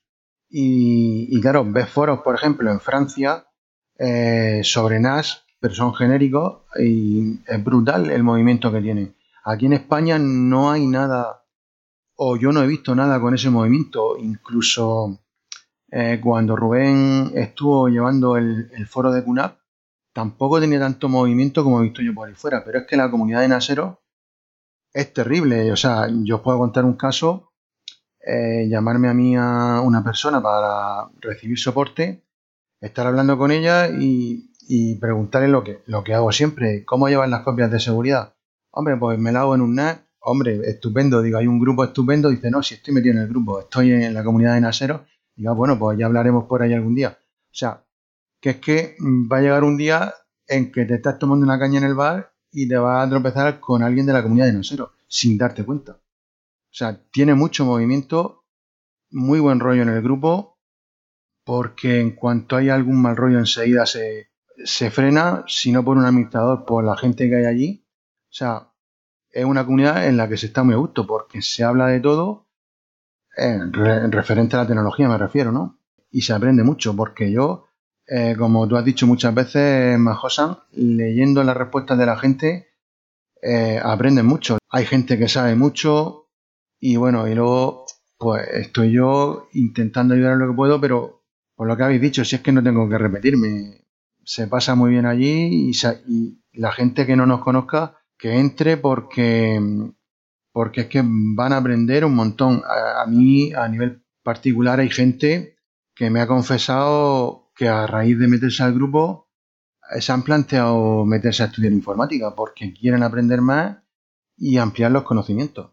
Y, y claro, ves foros, por ejemplo, en Francia, eh, sobre N A S, pero son genéricos, y es brutal el movimiento que tienen. Aquí en España no hay nada, o yo no he visto nada con ese movimiento. Incluso eh, cuando Rubén estuvo llevando el, el foro de Q NAP, tampoco tenía tanto movimiento como he visto yo por ahí fuera. Pero es que la comunidad de Naseros es terrible. O sea, yo os puedo contar un caso, eh, llamarme a mí a una persona para recibir soporte, estar hablando con ella y, y preguntarle lo que, lo que hago siempre. ¿Cómo llevan las copias de seguridad? Hombre, pues me la hago en un N A S. Hombre, estupendo. Digo, hay un grupo estupendo. Dice, no, si estoy metido en el grupo, estoy en la comunidad de Naseros. Digo, bueno, pues ya hablaremos por ahí algún día. O sea, que es que va a llegar un día en que te estás tomando una caña en el bar y te vas a tropezar con alguien de la comunidad de Naseros sin darte cuenta. O sea, tiene mucho movimiento, muy buen rollo en el grupo, porque en cuanto hay algún mal rollo enseguida se, se frena, si no por un administrador, por la gente que hay allí. O sea, es una comunidad en la que se está muy a gusto, porque se habla de todo, en, re, en referente a la tecnología me refiero, ¿no? Y se aprende mucho, porque yo, eh, como tú has dicho muchas veces, Majosan, leyendo las respuestas de la gente, eh, aprenden mucho. Hay gente que sabe mucho y bueno, y luego pues estoy yo intentando ayudar en lo que puedo, pero por lo que habéis dicho, si es que no tengo que repetirme, se pasa muy bien allí y, y la gente que no nos conozca, que entre porque, porque es que van a aprender un montón. A, a mí, a nivel particular, hay gente que me ha confesado que a raíz de meterse al grupo se han planteado meterse a estudiar informática porque quieren aprender más y ampliar los conocimientos.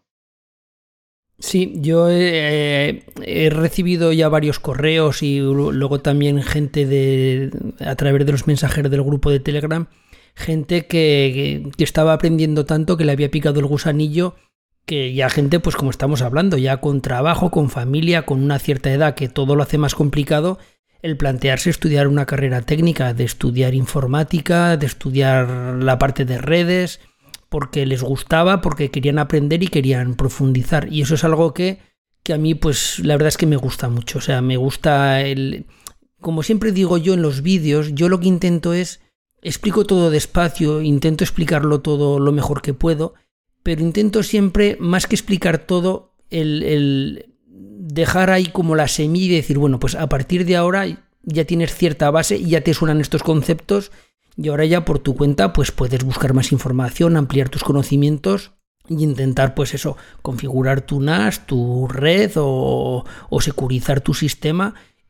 Sí, yo he, he recibido ya varios correos y luego también gente de a través de los mensajeros del grupo de Telegram, gente que, que estaba aprendiendo tanto que le había picado el gusanillo, que ya gente, pues como estamos hablando, ya con trabajo, con familia, con una cierta edad, que todo lo hace más complicado, el plantearse estudiar una carrera técnica, de estudiar informática, de estudiar la parte de redes, porque les gustaba, porque querían aprender y querían profundizar. Y eso es algo que, que a mí, pues la verdad es que me gusta mucho. O sea, me gusta el... Como siempre digo yo en los vídeos, yo lo que intento es... Explico todo despacio, intento explicarlo todo lo mejor que puedo, pero intento siempre, más que explicar todo, el, el dejar ahí como la semilla y decir, bueno, pues a partir de ahora ya tienes cierta base y ya te suenan estos conceptos y ahora ya por tu cuenta pues puedes buscar más información, ampliar tus conocimientos y intentar pues eso, configurar tu N A S, tu red o, o securizar tu sistema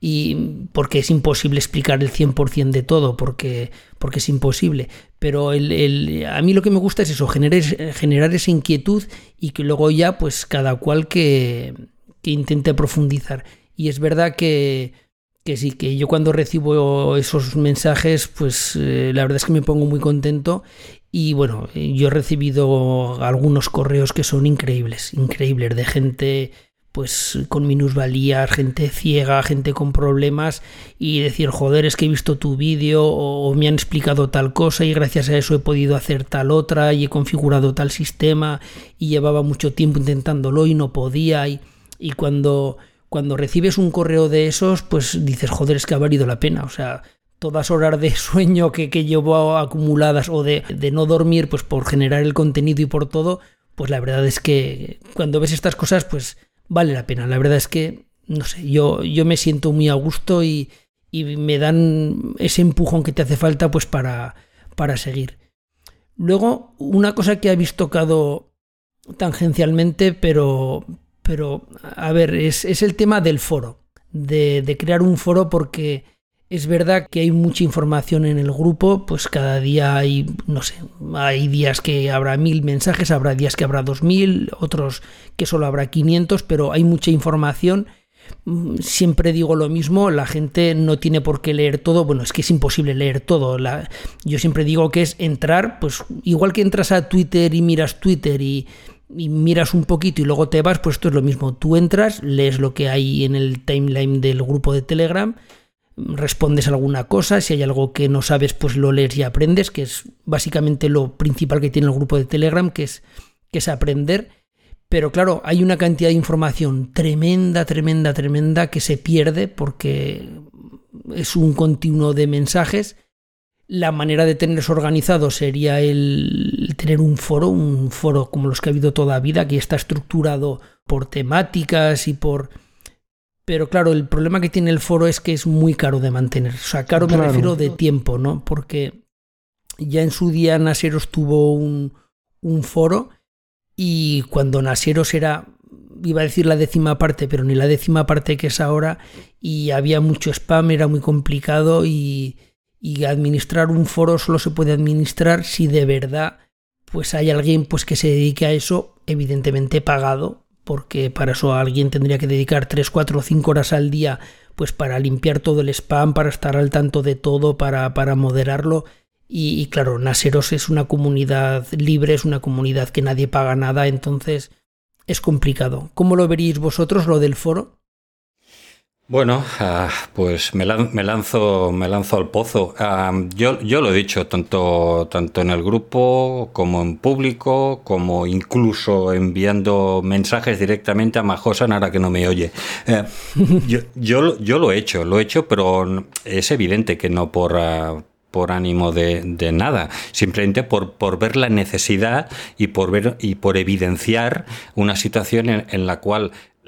y porque es imposible explicar el cien por ciento de todo, porque, porque es imposible. Pero el, el, a mí lo que me gusta es eso, generar, generar esa inquietud y que luego ya pues cada cual que, que intente profundizar. Y es verdad que, que sí, que yo cuando recibo esos mensajes, pues eh, la verdad es que me pongo muy contento. Y bueno, yo he recibido algunos correos que son increíbles, increíbles, de gente pues con minusvalías, gente ciega, gente con problemas, y decir, joder, es que he visto tu vídeo o me han explicado tal cosa y gracias a eso he podido hacer tal otra y he configurado tal sistema y llevaba mucho tiempo intentándolo y no podía. Y, y cuando, cuando recibes un correo de esos, pues dices, joder, es que ha valido la pena. O sea, todas horas de sueño que, que llevo acumuladas o de, de no dormir, pues por generar el contenido y por todo, pues la verdad es que cuando ves estas cosas, pues vale la pena. La verdad es que, no sé, yo, yo me siento muy a gusto y, y me dan ese empujón que te hace falta pues para, para seguir. Luego, una cosa que habéis tocado tangencialmente, pero, pero a ver, es, es el tema del foro, de, de crear un foro, porque es verdad que hay mucha información en el grupo, pues cada día hay, no sé, hay días que habrá mil mensajes, habrá días que habrá dos mil, otros que solo habrá quinientos, pero hay mucha información. Siempre digo lo mismo, la gente no tiene por qué leer todo, bueno, es que es imposible leer todo. La, yo siempre digo que es entrar, pues igual que entras a Twitter y miras Twitter y, y miras un poquito y luego te vas, pues esto es lo mismo. Tú entras, lees lo que hay en el timeline del grupo de Telegram, respondes alguna cosa, si hay algo que no sabes pues lo lees y aprendes, que es básicamente lo principal que tiene el grupo de Telegram, que es, que es aprender. Pero claro, hay una cantidad de información tremenda, tremenda, tremenda que se pierde porque es un continuo de mensajes. La manera de tenerse organizado sería el tener un foro, un foro como los que ha habido toda la vida, que está estructurado por temáticas y por... Pero claro, el problema que tiene el foro es que es muy caro de mantener. O sea, caro me claro. refiero de tiempo, ¿no? Porque ya en su día Naseros tuvo un, un foro y cuando Naseros era, iba a decir la décima parte, pero ni la décima parte que es ahora, y había mucho spam, era muy complicado y, y administrar un foro solo se puede administrar si de verdad pues hay alguien pues que se dedique a eso, evidentemente pagado, porque para eso alguien tendría que dedicar tres, cuatro o cinco horas al día pues para limpiar todo el spam, para estar al tanto de todo, para, para moderarlo. Y, y claro, Naseros es una comunidad libre, es una comunidad que nadie paga nada, entonces es complicado. ¿Cómo lo veríais vosotros, lo del foro? Bueno, uh, pues me, lan- me lanzo me lanzo al pozo. Uh, yo, yo lo he dicho tanto, tanto en el grupo como en público, como incluso enviando mensajes directamente a Majosan ahora que no me oye. Uh, yo, yo, yo lo he hecho, lo he hecho, pero es evidente que no por... Uh, por ánimo de, de nada, simplemente por, por ver la necesidad y por ver y por evidenciar una situación en, en la cual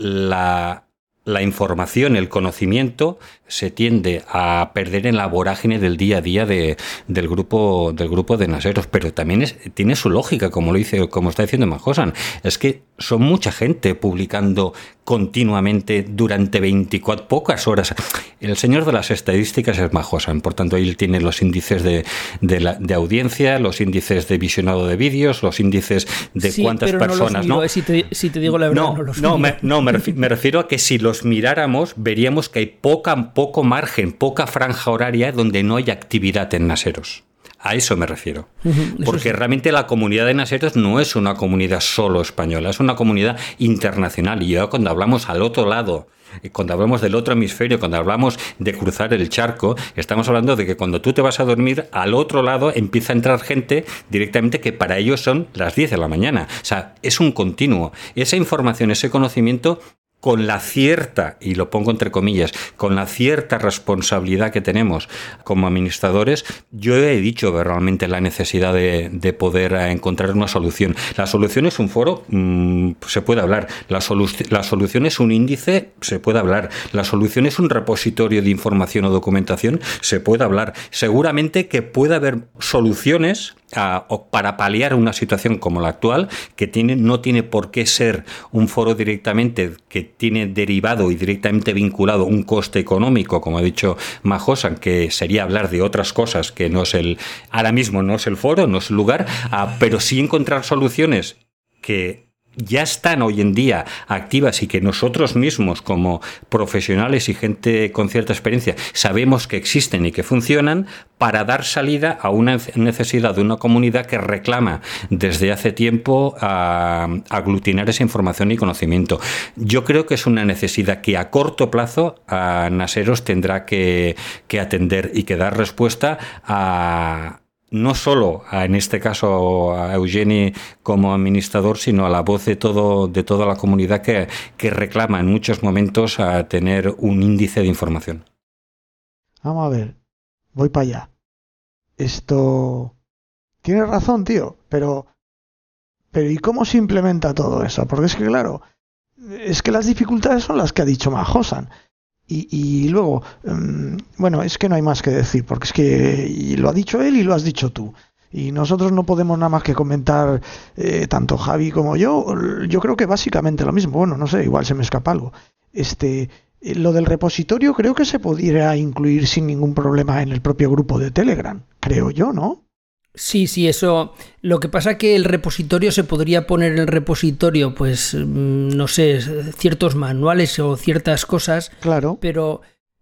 la La información, el conocimiento se tiende a perder en la vorágine del día a día de, del grupo del grupo de Naseros, pero también es, tiene su lógica, como lo dice, como está diciendo Majosan. Es que son mucha gente publicando continuamente durante veinticuatro, pocas horas. El señor de las estadísticas es Majosan, por tanto él tiene los índices de, de, la, de audiencia, los índices de visionado de vídeos, los índices de sí, cuántas pero personas, no, ¿no? Si te, si te digo la verdad, no, no los no, me, no me, refiero, me refiero a que si los miráramos, veríamos que hay poca, poco margen, poca franja horaria donde no hay actividad en Naseros. A eso me refiero. Uh-huh, porque sí. Realmente la comunidad de Naseros no es una comunidad solo española, es una comunidad internacional. Y ya cuando hablamos al otro lado, cuando hablamos del otro hemisferio, cuando hablamos de cruzar el charco, estamos hablando de que cuando tú te vas a dormir, al otro lado empieza a entrar gente directamente que para ellos son las diez de la mañana. O sea, es un continuo. Esa información, ese conocimiento, con la cierta, y lo pongo entre comillas, con la cierta responsabilidad que tenemos como administradores, yo he dicho realmente la necesidad de, de poder encontrar una solución. La solución es un foro, mmm, se puede hablar. La, solu- la solución es un índice, se puede hablar. La solución es un repositorio de información o documentación, se puede hablar. Seguramente que puede haber soluciones a, o para paliar una situación como la actual, que tiene, no tiene por qué ser un foro directamente que tiene derivado y directamente vinculado un coste económico, como ha dicho Majosan, que sería hablar de otras cosas que no es el, ahora mismo no es el foro, no es el lugar, a, pero sí encontrar soluciones que ya están hoy en día activas y que nosotros mismos como profesionales y gente con cierta experiencia sabemos que existen y que funcionan, para dar salida a una necesidad de una comunidad que reclama desde hace tiempo a, a aglutinar esa información y conocimiento. Yo creo que es una necesidad que a corto plazo a Naseros tendrá que, que atender y que dar respuesta a no solo a, en este caso a Eugeni como administrador, sino a la voz de todo de toda la comunidad que, que reclama en muchos momentos a tener un índice de información. Vamos a ver, voy para allá. Esto... Tienes razón, tío, pero... Pero ¿y cómo se implementa todo eso? Porque es que, claro, es que las dificultades son las que ha dicho Majosan. Y, y luego, um, bueno, es que no hay más que decir, porque es que y lo ha dicho él y lo has dicho tú. Y nosotros no podemos nada más que comentar, eh, tanto Javi como yo, yo creo que básicamente lo mismo. Bueno, no sé, igual se me escapa algo. Este, lo del repositorio creo que se podría incluir sin ningún problema en el propio grupo de Telegram, creo yo, ¿no? Sí, sí, eso. Lo que pasa es que el repositorio se podría poner en el repositorio, pues, no sé, ciertos manuales o ciertas cosas. Claro. Pero,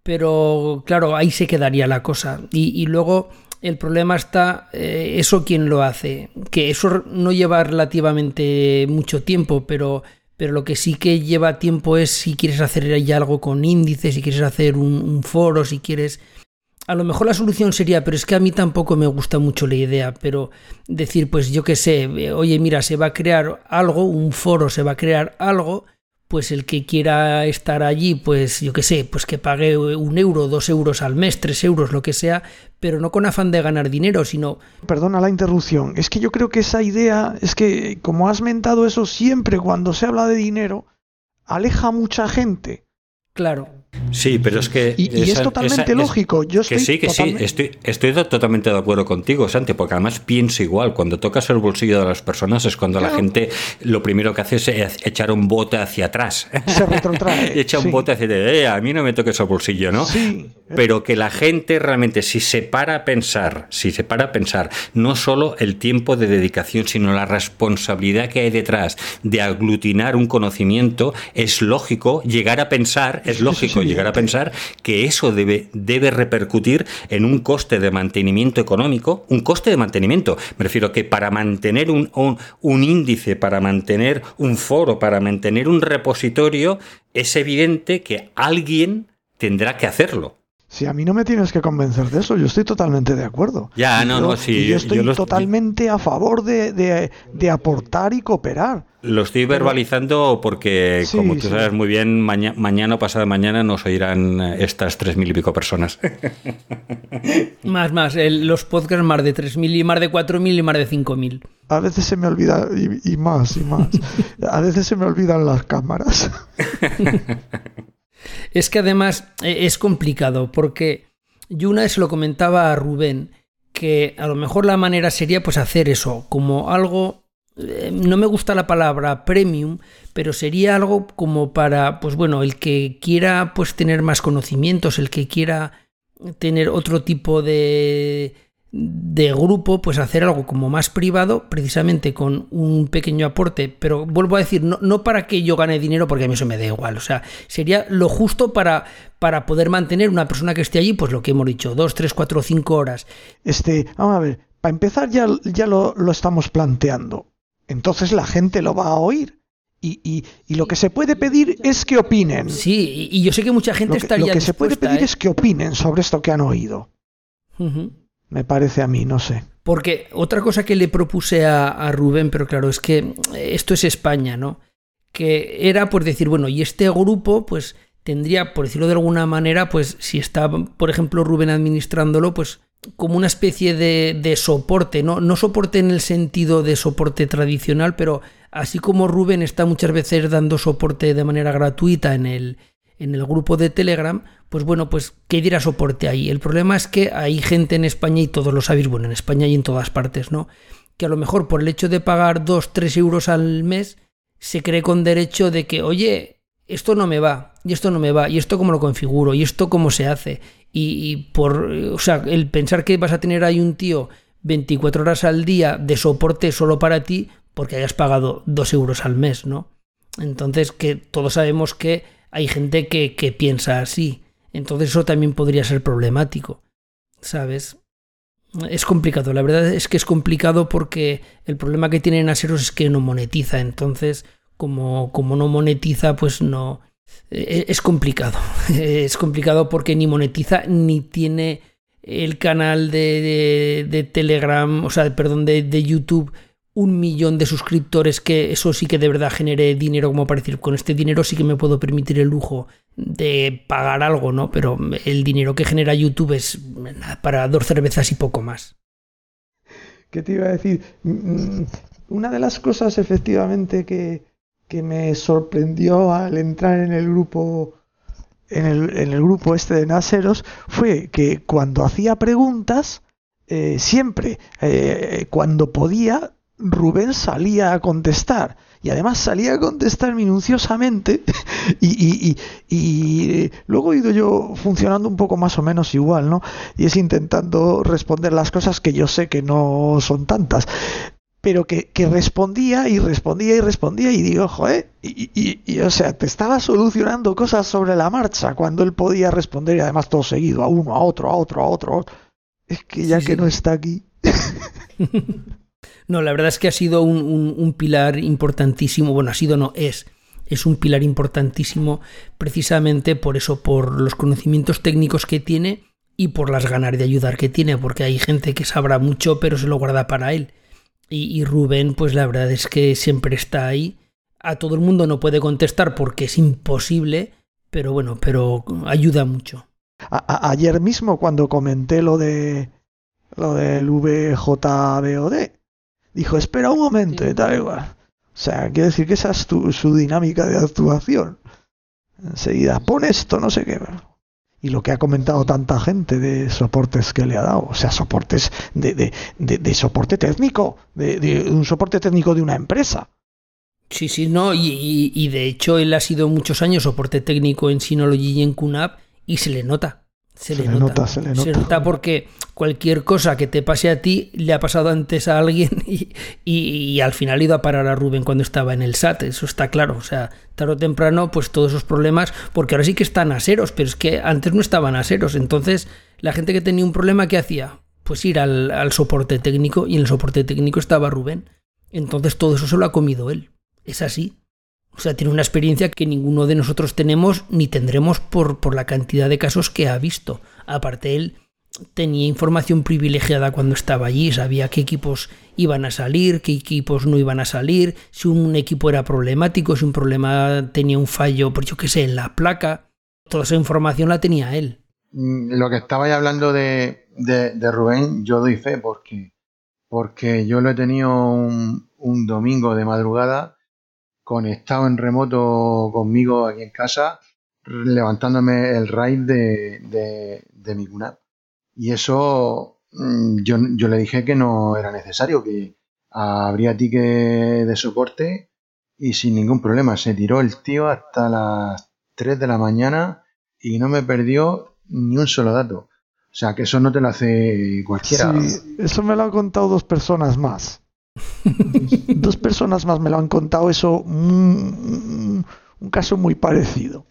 pero claro, ahí se quedaría la cosa. Y, y luego el problema está, eh, eso quién lo hace. Que eso no lleva relativamente mucho tiempo, pero, pero lo que sí que lleva tiempo es si quieres hacer ya algo con índices, si quieres hacer un, un foro, si quieres... A lo mejor la solución sería, pero es que a mí tampoco me gusta mucho la idea, pero decir, pues yo qué sé, oye, mira, se va a crear algo, un foro se va a crear algo, pues el que quiera estar allí, pues yo qué sé, pues que pague un euro, dos euros al mes, tres euros, lo que sea, pero no con afán de ganar dinero, sino... Perdona la interrupción, es que yo creo que esa idea, es que como has mentado eso siempre cuando se habla de dinero, aleja a mucha gente. Claro. Sí, pero es que... Y, y esa, es totalmente esa, lógico. Yo que estoy sí, que totalmente... sí, estoy, estoy totalmente de acuerdo contigo, Santi, porque además pienso igual. Cuando tocas el bolsillo de las personas es cuando claro. la gente lo primero que hace es echar un bote hacia atrás. Se retrotrae. Echa un sí. bote hacia atrás. Eh, a mí no me toques el bolsillo, ¿no? Sí. Pero que la gente realmente, si se para a pensar, si se para a pensar, no solo el tiempo de dedicación, sino la responsabilidad que hay detrás de aglutinar un conocimiento, es lógico llegar a pensar, es lógico sí, llegar a pensar que eso debe, debe repercutir en un coste de mantenimiento económico, un coste de mantenimiento. Me refiero que para mantener un, un, un índice, para mantener un foro, para mantener un repositorio, es evidente que alguien tendrá que hacerlo. Si a mí no me tienes que convencer de eso, yo estoy totalmente de acuerdo. Ya, y no, yo, no, sí. Yo estoy yo lo, totalmente a favor de, de, de aportar y cooperar. Lo estoy verbalizando porque, sí, como tú sí. sabes muy bien, maña, mañana o pasado mañana nos oirán estas tres mil y pico personas. Más, más. El, los podcasts más de tres mil y más de cuatro mil y más de cinco mil. A veces se me olvida, y, y más, y más. A veces se me olvidan las cámaras. Es que además es complicado porque yo una vez lo comentaba a Rubén que a lo mejor la manera sería pues hacer eso como algo, eh, no me gusta la palabra premium, pero sería algo como para, pues bueno, el que quiera pues tener más conocimientos, el que quiera tener otro tipo de... de grupo, pues hacer algo como más privado, precisamente con un pequeño aporte, pero vuelvo a decir, no, no para que yo gane dinero, porque a mí eso me da igual, o sea, sería lo justo para, para poder mantener una persona que esté allí, pues lo que hemos dicho, dos, tres, cuatro, cinco horas. Este, vamos a ver, para empezar ya, ya lo, lo estamos planteando, entonces la gente lo va a oír. Y, y, y lo que se puede pedir es que opinen. Sí, y yo sé que mucha gente lo que, estaría Lo que se puede pedir ¿eh? es que opinen sobre esto que han oído. Uh-huh. Me parece a mí, no sé. Porque otra cosa que le propuse a, a Rubén, pero claro, es que esto es España, ¿no? Que era pues decir, bueno, y este grupo pues tendría, por decirlo de alguna manera, pues si está, por ejemplo, Rubén administrándolo, pues como una especie de, de soporte, ¿no? No soporte en el sentido de soporte tradicional, pero así como Rubén está muchas veces dando soporte de manera gratuita en el, en el grupo de Telegram, pues bueno, pues que diera soporte ahí. El problema es que hay gente en España, y todos lo sabéis, bueno, en España y en todas partes, ¿no? Que a lo mejor por el hecho de pagar dos, tres euros al mes, se cree con derecho de que, oye, esto no me va, y esto no me va, y esto cómo lo configuro, y esto cómo se hace. Y, y por, o sea, el pensar que vas a tener ahí un tío veinticuatro horas al día de soporte solo para ti, porque hayas pagado dos euros al mes, ¿no? Entonces, que todos sabemos que hay gente que, que piensa así. Entonces eso también podría ser problemático, ¿sabes? Es complicado, la verdad es que es complicado porque el problema que tiene Naseros es que no monetiza. Entonces, como, como no monetiza, pues no... Es complicado. Es complicado porque ni monetiza ni tiene el canal de, de, de Telegram, o sea, perdón, de, de YouTube, un millón de suscriptores, que eso sí que de verdad genere dinero, como para decir, con este dinero sí que me puedo permitir el lujo de pagar algo, ¿no? Pero el dinero que genera YouTube es para dos cervezas y poco más. ¿Qué te iba a decir? Una de las cosas efectivamente que, que me sorprendió al entrar en el grupo en el, en el grupo este de Naseros fue que cuando hacía preguntas, eh, siempre, eh, cuando podía, Rubén salía a contestar, y además salía a contestar minuciosamente y, y, y, y luego he ido yo funcionando un poco más o menos igual, ¿no? Y es intentando responder las cosas que yo sé que no son tantas, pero que, que respondía y respondía y respondía y digo, joder, y, y, y o sea, te estaba solucionando cosas sobre la marcha cuando él podía responder, y además todo seguido, a uno, a otro, a otro, a otro, a otro. Es que ya sí, que sí. No está aquí... No, la verdad es que ha sido un, un, un pilar importantísimo, bueno, ha sido, no, es, es un pilar importantísimo precisamente por eso, por los conocimientos técnicos que tiene y por las ganas de ayudar que tiene, porque hay gente que sabrá mucho pero se lo guarda para él. Y, y Rubén, pues la verdad es que siempre está ahí. A todo el mundo no puede contestar porque es imposible, pero bueno, pero ayuda mucho. A, a, ayer mismo cuando comenté lo de lo del V J B O D, dijo, espera un momento, sí. Y tal igual. O sea, quiere decir que esa es tu, su dinámica de actuación. Enseguida, pon esto, no sé qué. Y lo que ha comentado tanta gente de soportes que le ha dado, o sea, soportes de, de, de, de soporte técnico, de, de un soporte técnico de una empresa. Sí, sí, no, y, y, y de hecho él ha sido muchos años soporte técnico en Synology y en Q N A P y se le nota. Se, se le, le nota, nota, se le nota. Se nota porque cualquier cosa que te pase a ti le ha pasado antes a alguien y, y, y al final ha ido a parar a Rubén cuando estaba en el S A T, eso está claro. O sea, tarde o temprano, pues todos esos problemas, porque ahora sí que están Naseros, pero es que antes no estaban Naseros. Entonces, la gente que tenía un problema, ¿qué hacía? Pues ir al, al soporte técnico, y en el soporte técnico estaba Rubén. Entonces, todo eso se lo ha comido él. Es así. O sea, tiene una experiencia que ninguno de nosotros tenemos ni tendremos por, por la cantidad de casos que ha visto. Aparte, él tenía información privilegiada cuando estaba allí, sabía qué equipos iban a salir, qué equipos no iban a salir, si un equipo era problemático, si un problema tenía un fallo, por yo qué sé, en la placa. Toda esa información la tenía él. Lo que estabais hablando de, de, de Rubén, yo doy fe porque, porque yo lo he tenido un, un domingo de madrugada conectado en remoto conmigo aquí en casa, levantándome el RAID de, de, de mi Q N A P. Y eso yo, yo le dije que no era necesario, que habría ticket de soporte y sin ningún problema. Se tiró el tío hasta las tres de la mañana y no me perdió ni un solo dato. O sea, que eso no te lo hace cualquiera. Sí, eso me lo han contado dos personas más. Dos personas más me lo han contado eso, un, un caso muy parecido.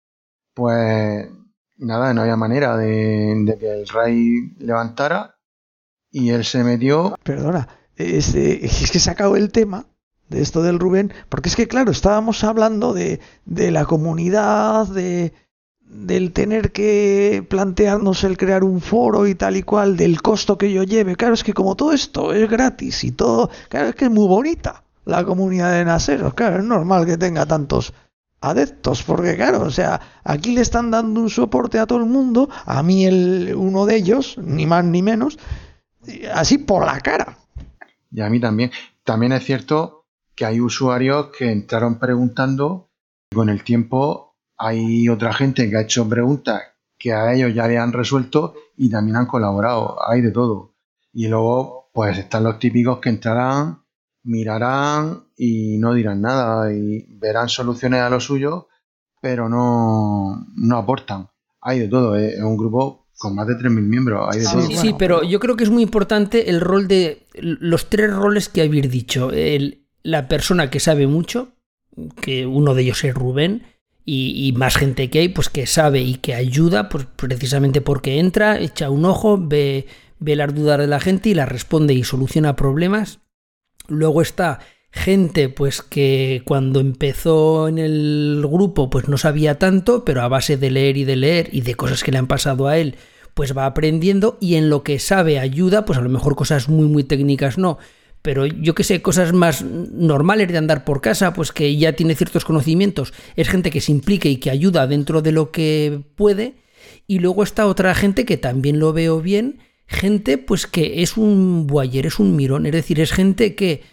Pues nada, no había manera de, de que el RAID levantara y él se metió. Perdona, es, es que he sacado el tema de esto del Rubén, porque es que claro, estábamos hablando de, de la comunidad, de del tener que plantearnos el crear un foro y tal y cual, del costo que yo lleve. Claro, es que como todo esto es gratis y todo, claro, es que es muy bonita la comunidad de Naseros. Claro, es normal que tenga tantos adeptos, porque claro, o sea, aquí le están dando un soporte a todo el mundo, a mí el uno de ellos, ni más ni menos, así por la cara. Y a mí también. También es cierto que hay usuarios que entraron preguntando y con el tiempo hay otra gente que ha hecho preguntas que a ellos ya le han resuelto y también han colaborado, hay de todo. Y luego, pues están los típicos que entrarán, mirarán y no dirán nada y verán soluciones a lo suyo, pero no, no aportan. Hay de todo, es un grupo con más de tres mil miembros, hay de Sí, todo. sí, bueno, pero yo creo que es muy importante el rol de los tres roles que habéis dicho. El, la persona que sabe mucho, que uno de ellos es Rubén, y, y más gente que hay, pues que sabe y que ayuda, pues precisamente porque entra, echa un ojo, ve, ve las dudas de la gente y las responde y soluciona problemas. Luego está gente pues que cuando empezó en el grupo pues no sabía tanto, pero a base de leer y de leer y de cosas que le han pasado a él, pues va aprendiendo y en lo que sabe ayuda, pues a lo mejor cosas muy muy técnicas no, pero yo que sé, cosas más normales de andar por casa, pues que ya tiene ciertos conocimientos, es gente que se implica y que ayuda dentro de lo que puede. Y luego está otra gente que también lo veo bien, gente pues que es un buayer, es un mirón, es decir, es gente que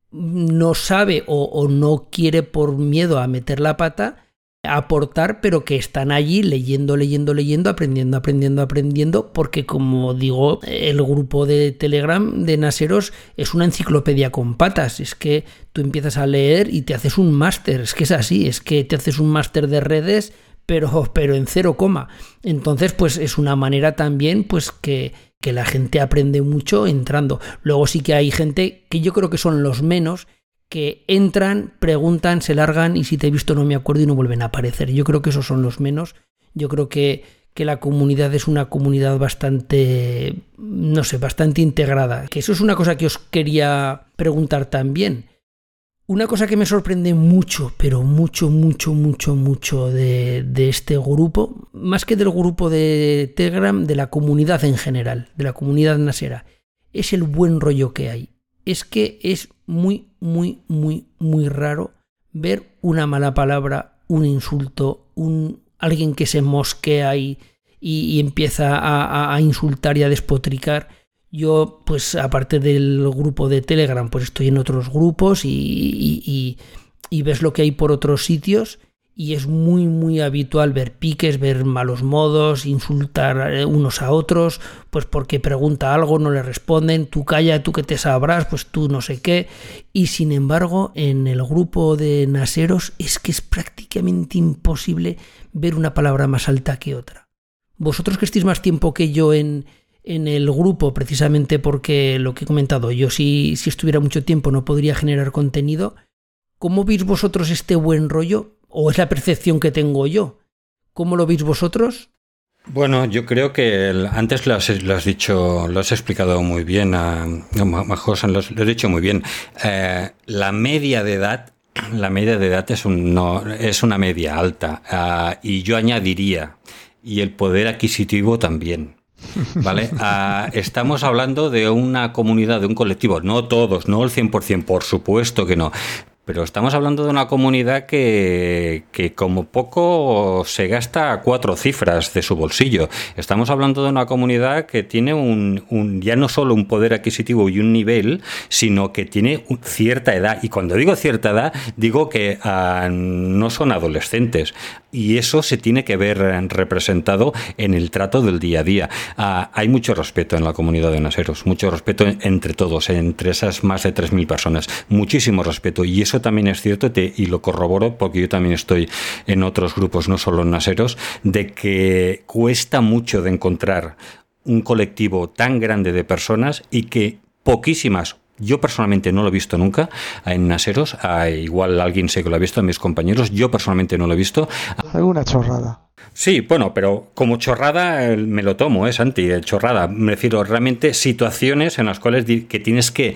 no sabe o, o no quiere por miedo a meter la pata aportar, pero que están allí leyendo, leyendo, leyendo, aprendiendo, aprendiendo, aprendiendo, porque como digo, el grupo de Telegram de Naseros es una enciclopedia con patas, es que tú empiezas a leer y te haces un máster, es que es así, es que te haces un máster de redes, pero, pero en cero coma. Entonces, pues es una manera también, pues que, que la gente aprende mucho entrando. Luego sí que hay gente que yo creo que son los menos, que entran, preguntan, se largan y si te he visto no me acuerdo y no vuelven a aparecer. Yo creo que esos son los menos. Yo creo que, que la comunidad es una comunidad bastante, no sé, bastante integrada. Que eso es una cosa que os quería preguntar también. Una cosa que me sorprende mucho, pero mucho, mucho, mucho, mucho de, de este grupo, más que del grupo de Telegram, de la comunidad en general, de la comunidad nasera, es el buen rollo que hay. Es que es muy, muy, muy, muy raro ver una mala palabra, un insulto, un alguien que se mosquea y, y, y empieza a, a insultar y a despotricar. Yo, pues aparte del grupo de Telegram, pues estoy en otros grupos y, y, y, y ves lo que hay por otros sitios y es muy, muy habitual ver piques, ver malos modos, insultar unos a otros, pues porque pregunta algo, no le responden, tú calla, tú que te sabrás, pues tú no sé qué. Y sin embargo, en el grupo de Naseros es que es prácticamente imposible ver una palabra más alta que otra. Vosotros que estéis más tiempo que yo en... en el grupo, precisamente porque lo que he comentado, yo si, si estuviera mucho tiempo no podría generar contenido. ¿Cómo veis vosotros este buen rollo? ¿O es la percepción que tengo yo? ¿Cómo lo veis vosotros? Bueno, yo creo que el, antes lo has, lo has dicho, lo has explicado muy bien, a, a José, lo, lo has dicho muy bien. Eh, la media de edad, la media de edad es, un, no, es una media alta, uh, y yo añadiría, y el poder adquisitivo también. ¿Vale? Uh, estamos hablando de una comunidad, de un colectivo, no todos, no el cien por ciento, por supuesto que no, pero estamos hablando de una comunidad que, que como poco se gasta cuatro cifras de su bolsillo. Estamos hablando de una comunidad que tiene un, un ya no solo un poder adquisitivo y un nivel, sino que tiene cierta edad. Y cuando digo cierta edad, digo que uh, no son adolescentes. Y eso se tiene que ver representado en el trato del día a día. Uh, hay mucho respeto en la comunidad de Naseros, mucho respeto entre todos, entre esas más de tres mil personas. Muchísimo respeto. Y eso también es cierto, te, y lo corroboro porque yo también estoy en otros grupos, no solo en Naseros, de que cuesta mucho de encontrar un colectivo tan grande de personas y que poquísimas, yo personalmente no lo he visto nunca en Naseros, ah, igual alguien sé que lo ha visto, mis compañeros, yo personalmente no lo he visto. Alguna chorrada. Sí, bueno, pero como chorrada me lo tomo, ¿eh, Santi? Chorrada, me refiero realmente situaciones en las cuales que tienes que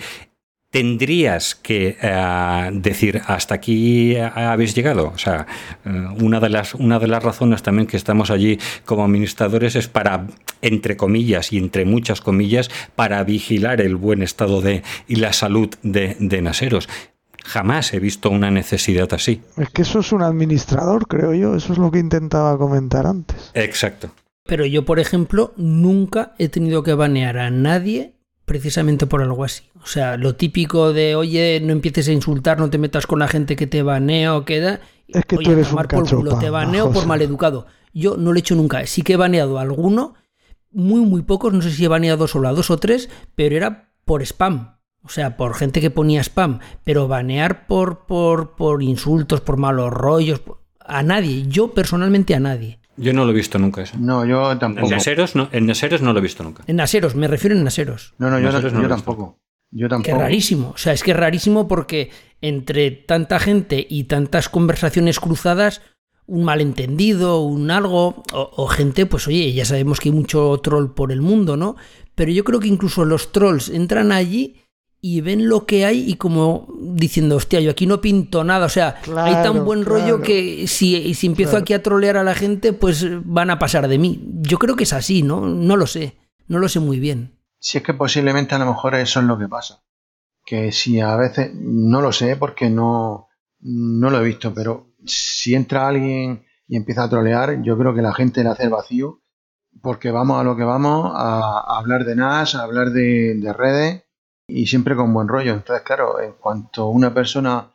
tendrías que uh, decir hasta aquí habéis llegado. O sea, uh, una de las una de las razones también que estamos allí como administradores es para, entre comillas y entre muchas comillas, para vigilar el buen estado de y la salud de, de Naseros. Jamás he visto una necesidad así. Es que eso es un administrador, creo yo. Eso es lo que intentaba comentar antes. Exacto. Pero yo, por ejemplo, nunca he tenido que banear a nadie precisamente por algo así. O sea, lo típico de, oye, no empieces a insultar, no te metas con la gente que te banea o queda, Es que Oye, tú eres un tomar por culo, cachopa, te baneo por José. maleducado. Yo no lo he hecho nunca. Sí que he baneado a alguno, muy, muy pocos, no sé si he baneado solo a dos o tres, pero era por spam. O sea, por gente que ponía spam. Pero banear por, por, por insultos, por malos rollos, por- a nadie. Yo personalmente a nadie. Yo no lo he visto nunca eso. No, yo En tampoco. Naseros no, en Naseros no lo he visto nunca. En Naseros, me refiero en Naseros. No, no, yo, Nosotros yo no lo hemos tampoco. Yo Que tampoco. rarísimo. O sea, es que es rarísimo porque entre tanta gente y tantas conversaciones cruzadas, un malentendido, un algo, o, o gente, pues oye, ya sabemos que hay mucho troll por el mundo, ¿no? Pero yo creo que incluso los trolls entran allí y ven lo que hay y como diciendo, hostia, yo aquí no pinto nada. O sea, Claro, hay tan buen claro. rollo que si, si empiezo Claro. aquí a trolear a la gente, pues van a pasar de mí. Yo creo que es así, ¿no? No lo sé. No lo sé muy bien. Si es que posiblemente a lo mejor eso es lo que pasa. Que si a veces, no lo sé porque no, no lo he visto, pero si entra alguien y empieza a trolear, yo creo que la gente le hace el vacío porque vamos a lo que vamos, a, a hablar de N A S, a hablar de, de redes y siempre con buen rollo. Entonces, claro, en cuanto una persona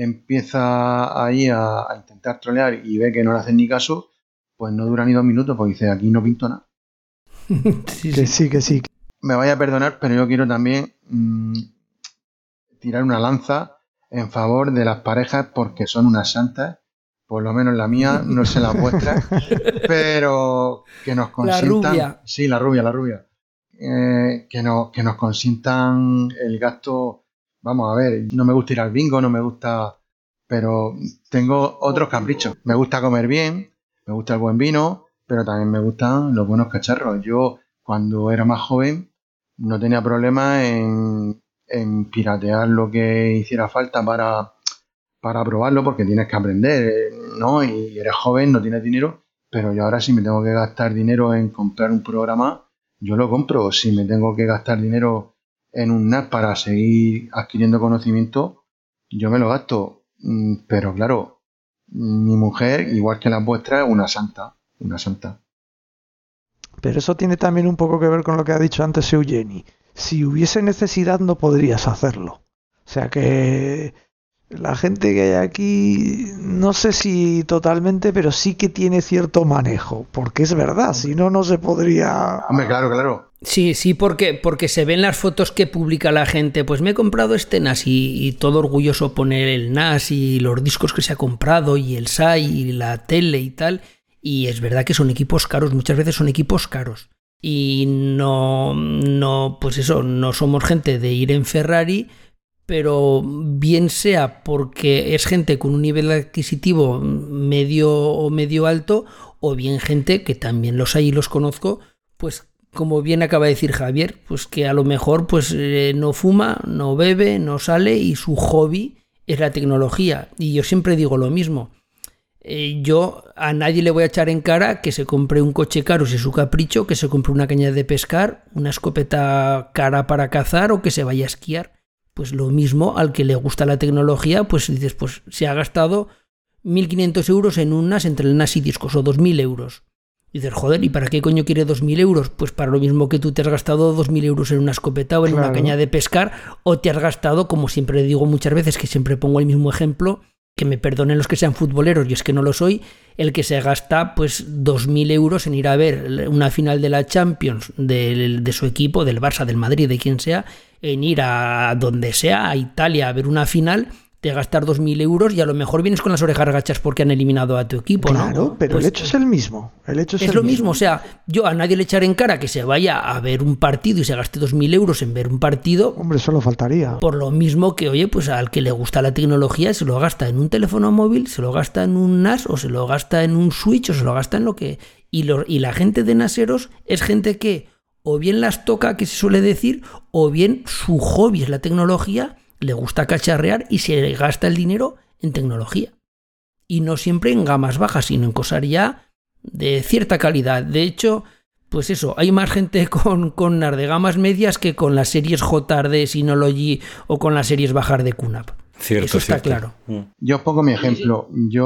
empieza ahí a, a intentar trolear y ve que no le hacen ni caso, pues no dura ni dos minutos porque dice, aquí no pinto nada. Sí, Que sí. sí, que sí. Me vaya a perdonar, pero yo quiero también mmm, tirar una lanza en favor de las parejas porque son unas santas, por lo menos la mía, no sé la vuestra, pero que nos consientan. La rubia. Sí, la rubia, la rubia. Eh, que, nos, que nos consientan el gasto. Vamos a ver, no me gusta ir al bingo, no me gusta, pero tengo otros caprichos. Me gusta comer bien, me gusta el buen vino, pero también me gustan los buenos cacharros. Yo, cuando era más joven, no tenía problema en, en piratear lo que hiciera falta para, para probarlo, porque tienes que aprender, ¿no? Y eres joven, no tienes dinero, pero yo ahora si me tengo que gastar dinero en comprar un programa, yo lo compro. Si me tengo que gastar dinero en un N A S para seguir adquiriendo conocimiento, yo me lo gasto. Pero claro, mi mujer, igual que la vuestra, es una santa, una santa. Pero eso tiene también un poco que ver con lo que ha dicho antes Eugeni. Si hubiese necesidad no podrías hacerlo. O sea que la gente que hay aquí, no sé si totalmente, pero sí que tiene cierto manejo. Porque es verdad, si no, no se podría... Hombre, claro, claro. Sí, sí, porque, porque se ven las fotos que publica la gente. Pues me he comprado este N A S y, y todo orgulloso pone el N A S y los discos que se ha comprado y el S A I y la tele y tal. Y es verdad que son equipos caros, muchas veces son equipos caros. Y no, no, pues eso, no somos gente de ir en Ferrari, pero bien sea porque es gente con un nivel adquisitivo medio o medio alto, o bien gente que también los hay y los conozco, pues como bien acaba de decir Javier, pues que a lo mejor pues eh, no fuma, no bebe, no sale y su hobby es la tecnología. Y yo siempre digo lo mismo. Eh, yo a nadie le voy a echar en cara que se compre un coche caro si es su capricho, que se compre una caña de pescar, una escopeta cara para cazar o que se vaya a esquiar. Pues lo mismo al que le gusta la tecnología, pues dices, pues se ha gastado mil quinientos euros en un N A S entre el N A S y discos o dos mil euros. Y dices, joder, ¿y para qué coño quiere dos mil euros? Pues para lo mismo que tú te has gastado dos mil euros en una escopeta o en Claro. una caña de pescar, o te has gastado, como siempre digo muchas veces, que siempre pongo el mismo ejemplo, que me perdonen los que sean futboleros, yo es que no lo soy, el que se gasta pues dos mil euros en ir a ver una final de la Champions de, de su equipo, del Barça, del Madrid, de quien sea, en ir a donde sea, a Italia, a ver una final, te gastar dos mil euros y a lo mejor vienes con las orejas gachas porque han eliminado a tu equipo, Claro, ¿no? pero Pues el hecho es el mismo. El hecho es, es el lo mismo, o sea, yo a nadie le echaré en cara que se vaya a ver un partido y se gaste dos mil euros en ver un partido, Hombre, solo faltaría. por lo mismo que, oye, pues al que le gusta la tecnología se lo gasta en un teléfono móvil, se lo gasta en un N A S o se lo gasta en un Switch o se lo gasta en lo que... Y, lo, y la gente de naseros es gente que o bien las toca, que se suele decir, o bien su hobby es la tecnología, le gusta cacharrear y se gasta el dinero en tecnología. Y no siempre en gamas bajas, sino en cosas ya de cierta calidad. De hecho, pues eso, hay más gente con, con las de gamas medias que con las series J R D Synology o con las series bajas de Q NAP. Cierto, eso está cierto. claro. Mm. Yo os pongo mi ejemplo.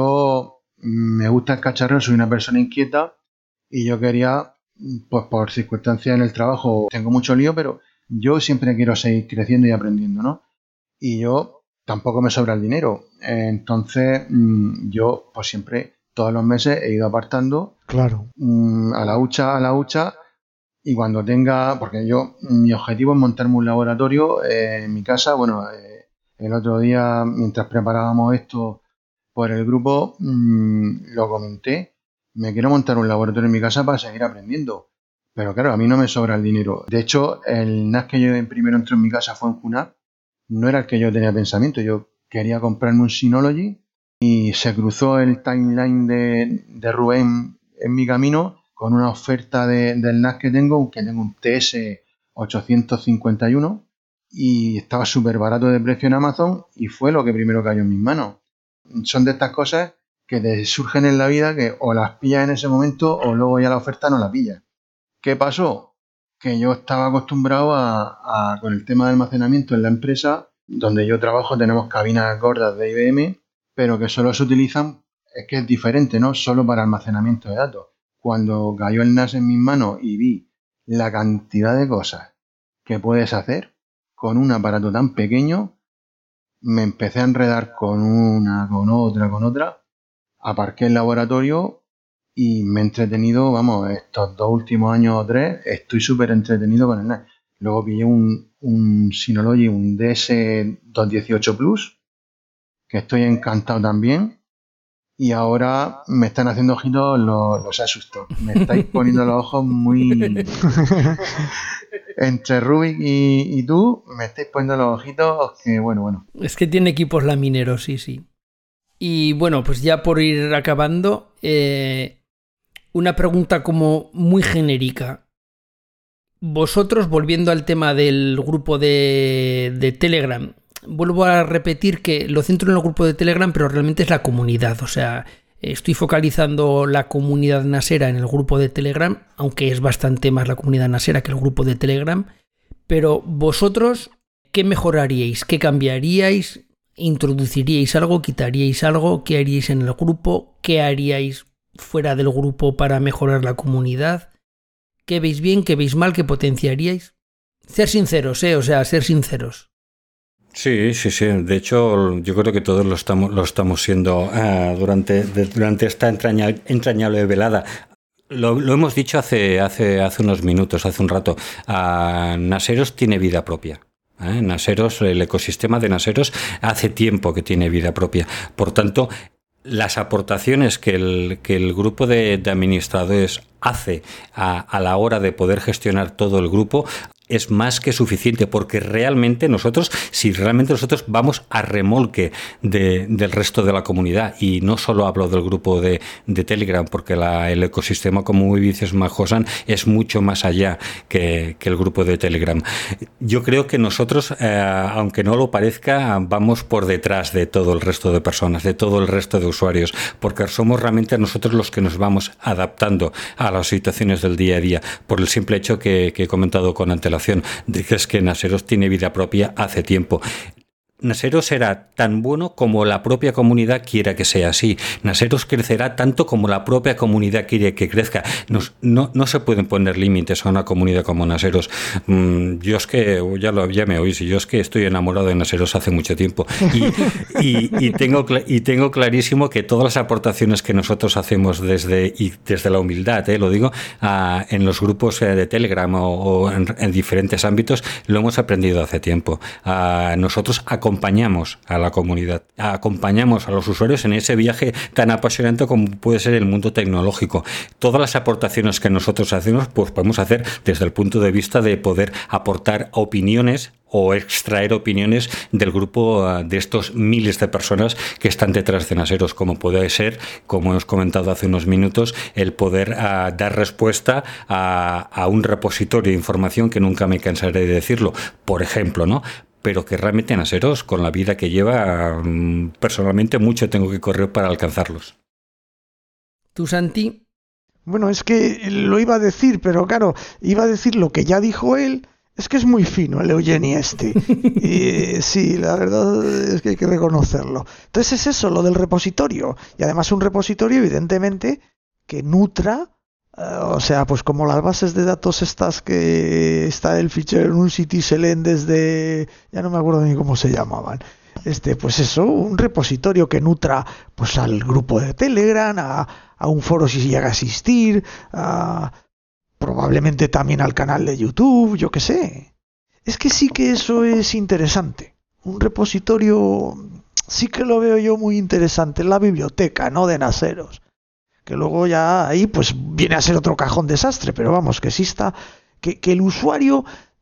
Yo me gusta el cacharreo, soy una persona inquieta y yo quería, pues por circunstancias en el trabajo, tengo mucho lío, pero yo siempre quiero seguir creciendo y aprendiendo, ¿no? Y yo tampoco me sobra el dinero. Entonces, mmm, yo pues siempre, todos los meses he ido apartando claro. mmm, a la hucha, a la hucha, y cuando tenga, porque yo, mi objetivo es montarme un laboratorio eh, en mi casa. Bueno, eh, el otro día, mientras preparábamos esto por el grupo, mmm, lo comenté, me quiero montar un laboratorio en mi casa para seguir aprendiendo. Pero claro, a mí no me sobra el dinero. De hecho, el N A S que yo primero entré en mi casa fue un Q NAP. No era el que yo tenía pensamiento. Yo quería comprarme un Synology y se cruzó el timeline de, de Rubén en mi camino con una oferta de, del N A S que tengo, que tengo un T S ochocientos cincuenta y uno y estaba súper barato de precio en Amazon y fue lo que primero cayó en mis manos. Son de estas cosas que te surgen en la vida que o las pillas en ese momento o luego ya la oferta no la pillas. ¿Qué pasó? Que yo estaba acostumbrado a, a, con el tema de almacenamiento en la empresa donde yo trabajo, tenemos cabinas gordas de I B M, pero que solo se utilizan, es que es diferente, ¿no? Solo para almacenamiento de datos. Cuando cayó el N A S en mis manos y vi la cantidad de cosas que puedes hacer con un aparato tan pequeño, me empecé a enredar con una, con otra, con otra, aparqué el laboratorio y me he entretenido, vamos, estos dos últimos años o tres, estoy súper entretenido con el N A S. Luego pillé un, un Synology, un D S doscientos dieciocho Plus, que estoy encantado también. Y ahora me están haciendo ojitos los, los Asus. Me estáis poniendo los ojos muy... Entre Rubik y, y tú, me estáis poniendo los ojitos que, bueno, bueno. Es que tiene equipos lamineros, sí, sí. Y bueno, pues ya por ir acabando, eh, una pregunta como muy genérica. Vosotros, volviendo al tema del grupo de, de Telegram, vuelvo a repetir que lo centro en el grupo de Telegram, pero realmente es la comunidad. O sea, estoy focalizando la comunidad nasera en el grupo de Telegram, aunque es bastante más la comunidad nasera que el grupo de Telegram. Pero vosotros, ¿qué mejoraríais? ¿Qué cambiaríais? ¿Introduciríais algo? ¿Quitaríais algo? ¿Qué haríais en el grupo? ¿Qué haríais fuera del grupo para mejorar la comunidad? ¿Qué veis bien? ¿Qué veis mal? ¿Qué potenciaríais? Ser sinceros, ¿eh? O sea, ser sinceros. Sí, sí, sí. De hecho, yo creo que todos lo estamos, lo estamos siendo uh, durante, de, durante esta entraña, entrañable velada. Lo, lo hemos dicho hace, hace, hace unos minutos, hace un rato. Uh, Naseros tiene vida propia. ¿eh? Naseros, el ecosistema de Naseros hace tiempo que tiene vida propia. Por tanto, las aportaciones que el, que el grupo de, de administradores hace a, a la hora de poder gestionar todo el grupo es más que suficiente, porque realmente nosotros, si realmente nosotros vamos a remolque de, del resto de la comunidad, y no solo hablo del grupo de, de Telegram, porque la, el ecosistema, como muy dices, Majosan, es mucho más allá que, que el grupo de Telegram. Yo creo que nosotros, eh, aunque no lo parezca, vamos por detrás de todo el resto de personas, de todo el resto de usuarios, porque somos realmente nosotros los que nos vamos adaptando a las situaciones del día a día, por el simple hecho que, que he comentado con antelación. Dices que Naseros tiene vida propia hace tiempo. Naseros será tan bueno como la propia comunidad quiera que sea así. Naseros crecerá tanto como la propia comunidad quiere que crezca. Nos, no, no se pueden poner límites a una comunidad como Naseros. Mm, yo es que, ya, lo, ya me oís, yo es que estoy enamorado de Naseros hace mucho tiempo. Y, y, y, tengo, y tengo clarísimo que todas las aportaciones que nosotros hacemos desde, y desde la humildad, eh, lo digo, a, en los grupos de Telegram o, o en, en diferentes ámbitos, lo hemos aprendido hace tiempo. A nosotros acompañamos a la comunidad, acompañamos a los usuarios en ese viaje tan apasionante como puede ser el mundo tecnológico. Todas las aportaciones que nosotros hacemos, pues podemos hacer desde el punto de vista de poder aportar opiniones o extraer opiniones del grupo de estos miles de personas que están detrás de Naseros, como puede ser, como hemos comentado hace unos minutos, el poder uh, dar respuesta a, a un repositorio de información que nunca me cansaré de decirlo, por ejemplo, ¿no? Pero que realmente Naseros, con la vida que lleva, personalmente mucho tengo que correr para alcanzarlos. ¿Tú, Santi? Bueno, es que lo iba a decir, pero claro, iba a decir lo que ya dijo él. Es que es muy fino el Eugeni este. Y sí, la verdad es que hay que reconocerlo. Entonces es eso, lo del repositorio. Y además un repositorio, evidentemente, que nutra... Uh, o sea, pues como las bases de datos estas que está el fichero en un sitio y se leen desde... ya no me acuerdo ni cómo se llamaban. este, pues eso, un repositorio que nutra pues al grupo de Telegram, a, a un foro si llega a existir, a, probablemente también al canal de YouTube, yo qué sé. Es que sí que eso es interesante. Un repositorio sí que lo veo yo muy interesante, en la biblioteca, ¿no?, de Naseros. Que luego ya ahí pues viene a ser otro cajón desastre, pero vamos, que exista, que, que el usuario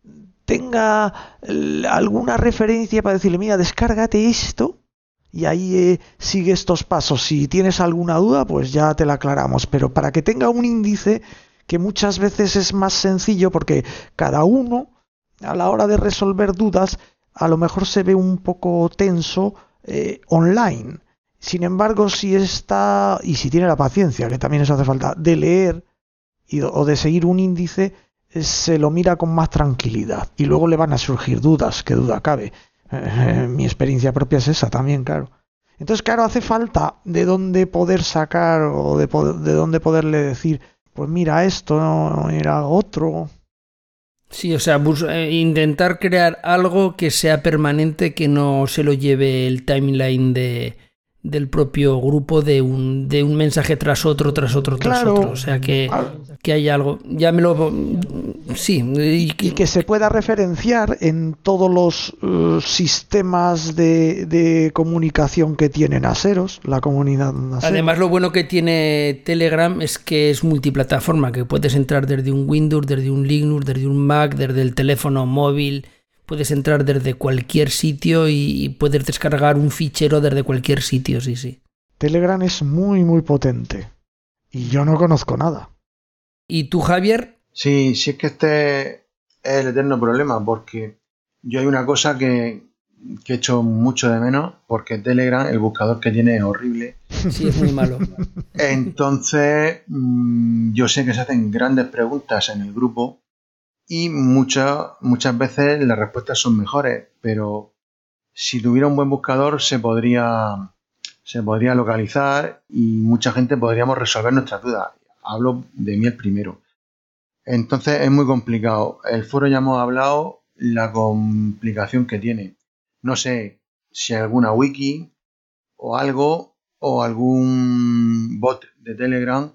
tenga alguna referencia para decirle, mira, descárgate esto y ahí eh, sigue estos pasos. Si tienes alguna duda, pues ya te la aclaramos. Pero para que tenga un índice que muchas veces es más sencillo, porque cada uno, a la hora de resolver dudas, a lo mejor se ve un poco tenso eh, online. Sin embargo, si está, y si tiene la paciencia, que también eso hace falta, de leer y, o de seguir un índice, se lo mira con más tranquilidad. Y luego le van a surgir dudas, qué duda cabe. Eh, mi experiencia propia es esa también, claro. Entonces, claro, hace falta de dónde poder sacar o de, poder, de dónde poderle decir, pues mira esto, no, era otro. Sí, o sea, bus- eh, intentar crear algo que sea permanente, que no se lo lleve el timeline de... del propio grupo de un de un mensaje tras otro, tras otro, tras claro, otro. O sea, que, que hay algo. Ya me lo... Sí. Y que, y que se pueda referenciar en todos los uh, sistemas de, de comunicación que tiene Naseros, la comunidad Naseros. Además, lo bueno que tiene Telegram es que es multiplataforma, que puedes entrar desde un Windows, desde un Linux, desde un Mac, desde el teléfono móvil. Puedes entrar desde cualquier sitio y puedes descargar un fichero desde cualquier sitio, sí, sí. Telegram es muy, muy potente. Y yo no conozco nada. ¿Y tú, Javier? Sí, sí es que este es el eterno problema, porque yo hay una cosa que, que echo mucho de menos, porque Telegram, el buscador que tiene es horrible. Sí, es muy malo. Entonces, mmm, yo sé que se hacen grandes preguntas en el grupo, y muchas, muchas veces las respuestas son mejores, pero si tuviera un buen buscador se podría, se podría localizar y mucha gente podríamos resolver nuestras dudas. Hablo de mí el primero. Entonces es muy complicado. El foro ya hemos hablado la complicación que tiene. No sé si hay alguna wiki o algo o algún bot de Telegram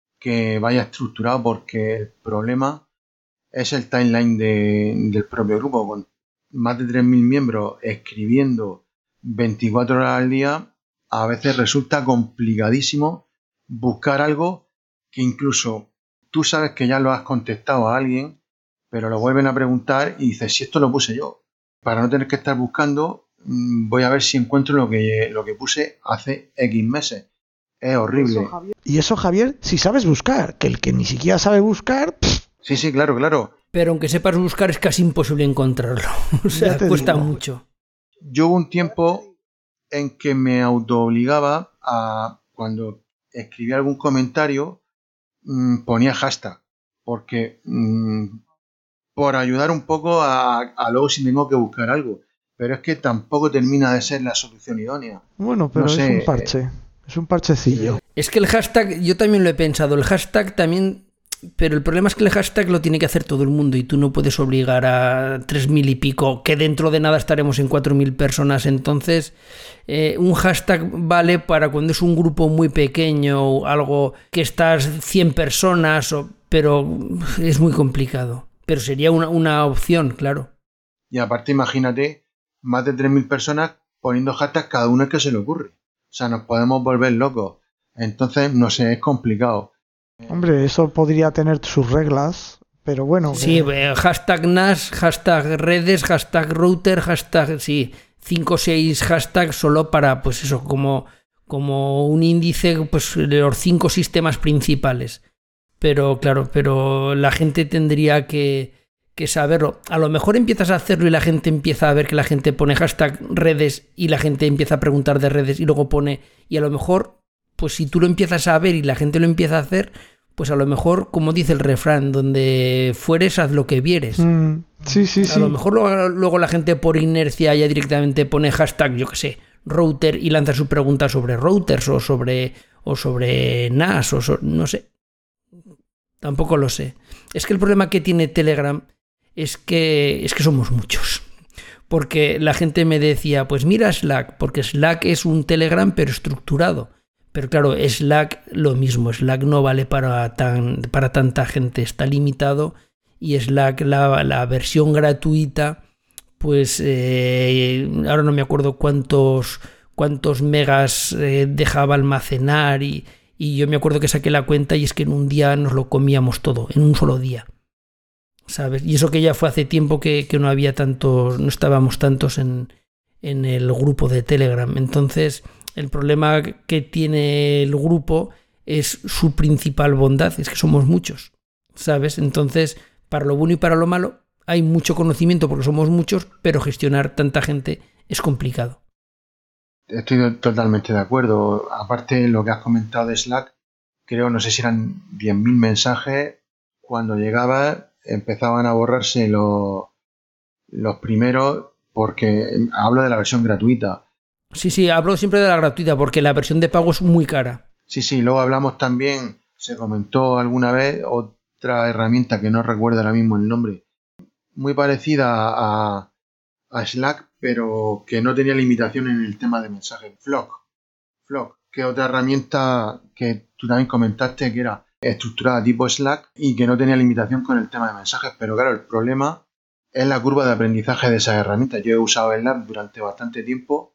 que vaya estructurado, porque el problema es el timeline de, del propio grupo, con más de tres mil miembros escribiendo veinticuatro horas al día. A veces resulta complicadísimo buscar algo que incluso tú sabes que ya lo has contestado a alguien, pero lo vuelven a preguntar y dices, si esto lo puse yo. Para no tener que estar buscando, voy a ver si encuentro lo que, lo que puse hace X meses. Es horrible. Eso, y eso, Javier, si sabes buscar, que el que ni siquiera sabe buscar... Pff. Sí, sí, claro, claro. Pero aunque sepas buscar es casi imposible encontrarlo. O sea, cuesta digo. mucho. Yo hubo un tiempo en que me autoobligaba a, cuando escribía algún comentario, mmm, ponía hashtag. Porque, mmm, por ayudar un poco a, a luego si tengo que buscar algo. Pero es que tampoco termina de ser la solución idónea. Bueno, pero no sé, es un parche. Eh, es un parchecillo. Es que el hashtag, yo también lo he pensado, el hashtag también... Pero el problema es que el hashtag lo tiene que hacer todo el mundo y tú no puedes obligar a tres mil y pico, que dentro de nada estaremos en cuatro mil personas. Entonces, eh, un hashtag vale para cuando es un grupo muy pequeño o algo que estás cien personas, o, pero es muy complicado. Pero sería una, una opción, claro. Y aparte, imagínate, más de tres mil personas poniendo hashtags cada uno que se le ocurre. O sea, nos podemos volver locos. Entonces, no sé, es complicado. Hombre, eso podría tener sus reglas, pero bueno. Sí, que... hashtag N A S, hashtag redes, hashtag router, hashtag, sí, cinco o seis hashtags solo para, pues eso, como, como un índice, pues de los cinco sistemas principales. Pero claro, pero la gente tendría que, que saberlo. A lo mejor empiezas a hacerlo y la gente empieza a ver que la gente pone hashtag redes y la gente empieza a preguntar de redes y luego pone, y a lo mejor... Pues si tú lo empiezas a ver y la gente lo empieza a hacer, pues a lo mejor, como dice el refrán, donde fueres, haz lo que vieres. Mm, sí, sí, a sí. lo mejor luego, luego la gente por inercia ya directamente pone hashtag, yo qué sé, router y lanza su pregunta sobre routers o sobre, o sobre N A S o so, no sé. Tampoco lo sé. Es que el problema que tiene Telegram es que, es que somos muchos. porque la gente me decía, pues mira Slack, porque Slack es un Telegram pero estructurado. Pero claro, Slack lo mismo, Slack no vale para, tan, para tanta gente, está limitado y Slack, la, la versión gratuita, pues eh, ahora no me acuerdo cuántos, cuántos megas eh, dejaba almacenar y, y yo me acuerdo que saqué la cuenta y es que en un día nos lo comíamos todo, en un solo día, ¿sabes? Y eso que ya fue hace tiempo que, que no había tantos, no estábamos tantos en, en el grupo de Telegram, entonces... El problema que tiene el grupo es su principal bondad, es que somos muchos, ¿sabes? Entonces, para lo bueno y para lo malo, hay mucho conocimiento porque somos muchos, pero gestionar tanta gente es complicado. Estoy totalmente de acuerdo. Aparte, lo que has comentado de Slack, creo, no sé si eran diez mil mensajes, cuando llegaba empezaban a borrarse los, los primeros, porque hablo de la versión gratuita. Sí, sí, hablo siempre de la gratuita porque la versión de pago es muy cara. Sí, sí, luego hablamos también, se comentó alguna vez otra herramienta que no recuerdo ahora mismo el nombre, muy parecida a, a Slack, pero que no tenía limitación en el tema de mensajes. Flock, Flock, que es otra herramienta que tú también comentaste que era estructurada tipo Slack y que no tenía limitación con el tema de mensajes, pero claro, el problema es la curva de aprendizaje de esas herramientas. Yo he usado Slack durante bastante tiempo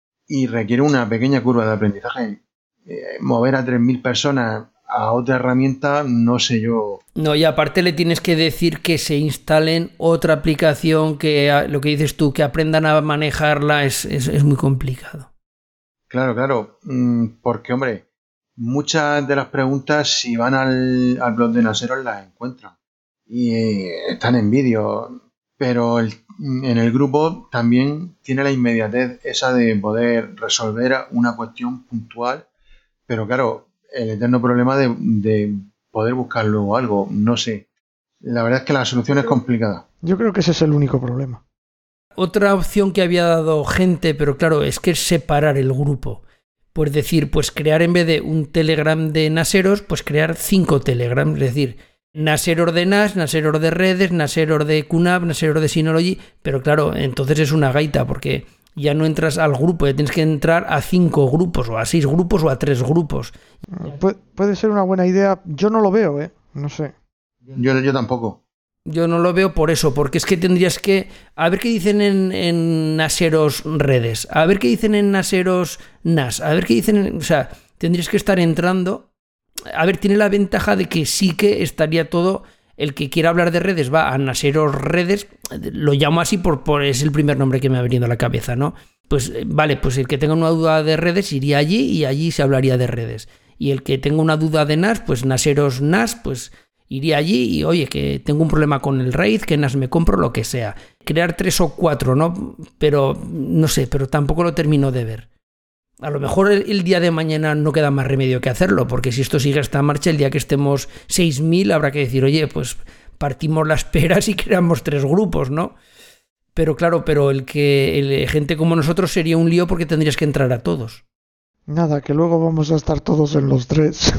y requiere una pequeña curva de aprendizaje. Eh, mover a tres mil personas a otra herramienta, no sé yo. No, y aparte le tienes que decir que se instalen otra aplicación, que lo que dices tú, que aprendan a manejarla, es, es, es muy complicado. Claro, claro, porque, hombre, muchas de las preguntas, si van al, al blog de Naseros, las encuentran. Y eh, están en vídeo. Pero el, en el grupo también tiene la inmediatez esa de poder resolver una cuestión puntual, pero claro, el eterno problema de, de poder buscar luego algo, no sé. La verdad es que la solución es complicada. Yo creo que ese es el único problema. Otra opción que había dado gente, pero claro, es que es separar el grupo. Pues decir, pues crear en vez de un Telegram de Naseros, pues crear cinco Telegrams, es decir... Naseros de N A S, Naseros de redes, Naseros de Q N A P, Naseros de Synology, pero claro, entonces es una gaita porque ya no entras al grupo, ya tienes que entrar a cinco grupos o a seis grupos o a tres grupos. Pu- puede ser una buena idea, yo no lo veo, ¿eh? No sé. Yo, yo tampoco. Yo no lo veo por eso, porque es que tendrías que... A ver qué dicen en, en Naseros redes, a ver qué dicen en Naseros N A S, a ver qué dicen... En, o sea, tendrías que estar entrando... A ver, tiene la ventaja de que sí que estaría todo, el que quiera hablar de redes va a Naseros redes, lo llamo así por, por es el primer nombre que me ha venido a la cabeza, ¿no? Pues vale, pues el que tenga una duda de redes iría allí y allí se hablaría de redes. Y el que tenga una duda de N A S, pues Naseros N A S, pues iría allí y oye, que tengo un problema con el RAID, que N A S me compro, lo que sea. Crear tres o cuatro, ¿no? Pero no sé, pero tampoco lo termino de ver. A lo mejor el, el día de mañana no queda más remedio que hacerlo, porque si esto sigue esta marcha, el día que estemos seis mil habrá que decir, oye, pues partimos las peras y creamos tres grupos, ¿no? Pero claro, pero el que el, gente como nosotros sería un lío porque tendrías que entrar a todos. Nada, que luego vamos a estar todos en los tres.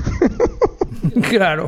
Claro.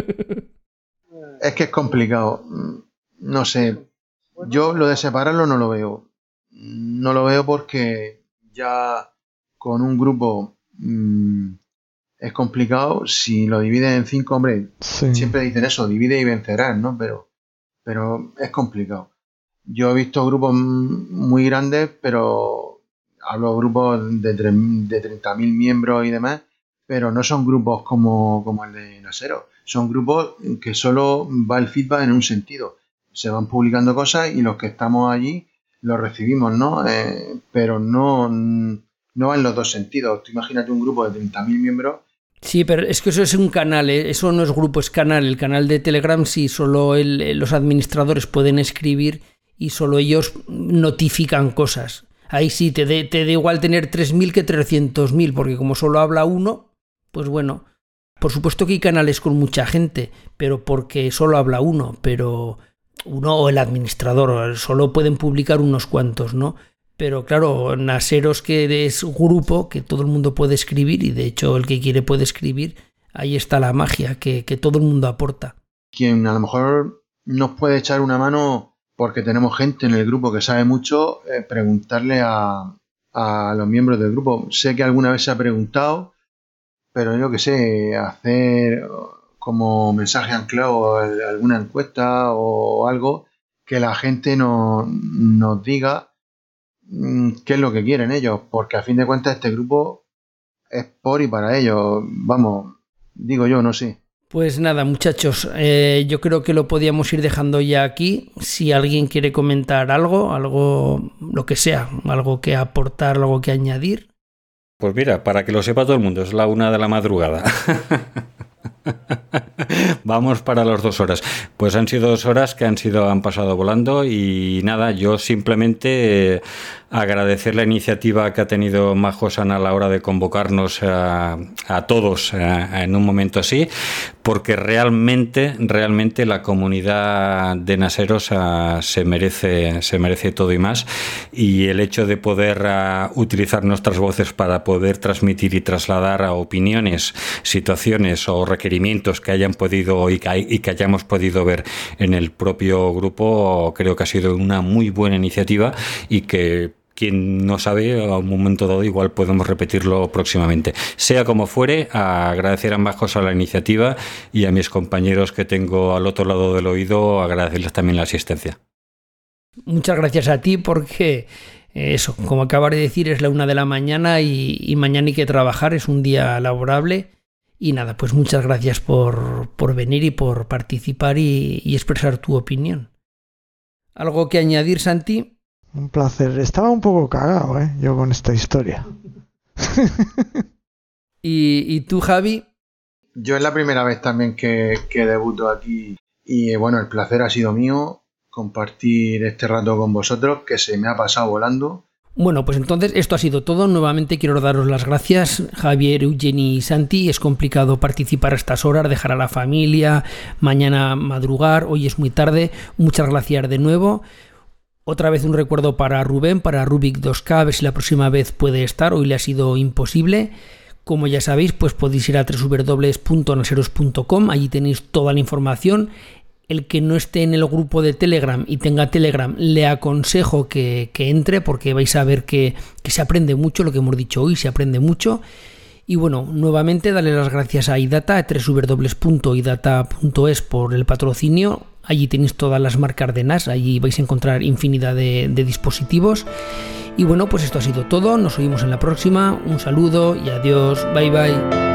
Es que es complicado. No sé. Yo lo de separarlo no lo veo. No lo veo porque ya... con un grupo mmm, es complicado. Si lo divides en cinco, hombre, sí. Siempre dicen eso, divide y vencerás, ¿no? Pero, pero es complicado. Yo he visto grupos muy grandes, pero hablo de grupos de, de treinta mil miembros y demás, pero no son grupos como, como el de Naseros. Son grupos que solo va el feedback en un sentido. Se van publicando cosas y los que estamos allí los recibimos, ¿no? Eh, pero no... No va en los dos sentidos. Tú imagínate un grupo de treinta mil miembros. Sí, pero es que eso es un canal, ¿eh? Eso no es grupo, es canal. El canal de Telegram sí, solo el, los administradores pueden escribir y solo ellos notifican cosas. Ahí sí, te, de, te da igual tener tres mil que trescientos mil, porque como solo habla uno, pues bueno. Por supuesto que hay canales con mucha gente, pero porque solo habla uno, pero uno o el administrador, solo pueden publicar unos cuantos, ¿no? Pero claro, Naseros, que es grupo, que todo el mundo puede escribir, y de hecho el que quiere puede escribir, ahí está la magia, que, que todo el mundo aporta. Quien a lo mejor nos puede echar una mano porque tenemos gente en el grupo que sabe mucho, eh, preguntarle a, a los miembros del grupo. Sé que alguna vez se ha preguntado, pero yo que sé, hacer como mensaje anclado alguna encuesta o algo, que la gente no, nos diga qué es lo que quieren ellos, porque a fin de cuentas este grupo es por y para ellos, vamos, digo yo, no sé. Pues nada, muchachos, eh, yo creo que lo podíamos ir dejando ya aquí. Si alguien quiere comentar algo, algo, lo que sea, algo que aportar, algo que añadir. Pues mira, para que lo sepa todo el mundo, es la una de la madrugada. Vamos para las dos horas. Pues han sido dos horas que han sido han pasado volando y nada, yo simplemente eh, agradecer la iniciativa que ha tenido Majo-san a la hora de convocarnos a, a todos a, en un momento así, porque realmente, realmente la comunidad de naseros a, se merece, se merece todo y más, y el hecho de poder a, utilizar nuestras voces para poder transmitir y trasladar a opiniones, situaciones o requerimientos que hayan podido y que, y que hayamos podido ver en el propio grupo, creo que ha sido una muy buena iniciativa y que quien no sabe, a un momento dado igual podemos repetirlo próximamente. Sea como fuere, a agradecer a ambas a la iniciativa y a mis compañeros que tengo al otro lado del oído, agradecerles también la asistencia. Muchas gracias a ti porque eso, como acabas de decir, es la una de la mañana y, y mañana hay que trabajar, es un día laborable. Y nada, pues muchas gracias por, por venir y por participar y, y expresar tu opinión. ¿Algo que añadir, Santi? Un placer. Estaba un poco cagado, ¿eh? Yo con esta historia. ¿Y, ¿Y tú, Javi? Yo es la primera vez también que, que debuto aquí y bueno, el placer ha sido mío compartir este rato con vosotros, que se me ha pasado volando. Bueno, pues entonces esto ha sido todo. Nuevamente quiero daros las gracias, Javier, Eugeni y Santi. Es complicado participar a estas horas, dejar a la familia, mañana madrugar, hoy es muy tarde. Muchas gracias de nuevo. Otra vez un recuerdo para Rubén, para Rubik dos K, a ver si la próxima vez puede estar. Hoy le ha sido imposible. Como ya sabéis, pues podéis ir a doble u doble u doble u punto naseros punto com, allí tenéis toda la información. El que no esté en el grupo de Telegram y tenga Telegram, le aconsejo que, que entre, porque vais a ver que, que se aprende mucho, lo que hemos dicho hoy, se aprende mucho. Y bueno, nuevamente darle las gracias a iData, a doble u doble u doble u punto idata punto es por el patrocinio. Allí tenéis todas las marcas de N A S, allí vais a encontrar infinidad de, de dispositivos. Y bueno, pues esto ha sido todo, nos oímos en la próxima, un saludo y adiós, bye bye.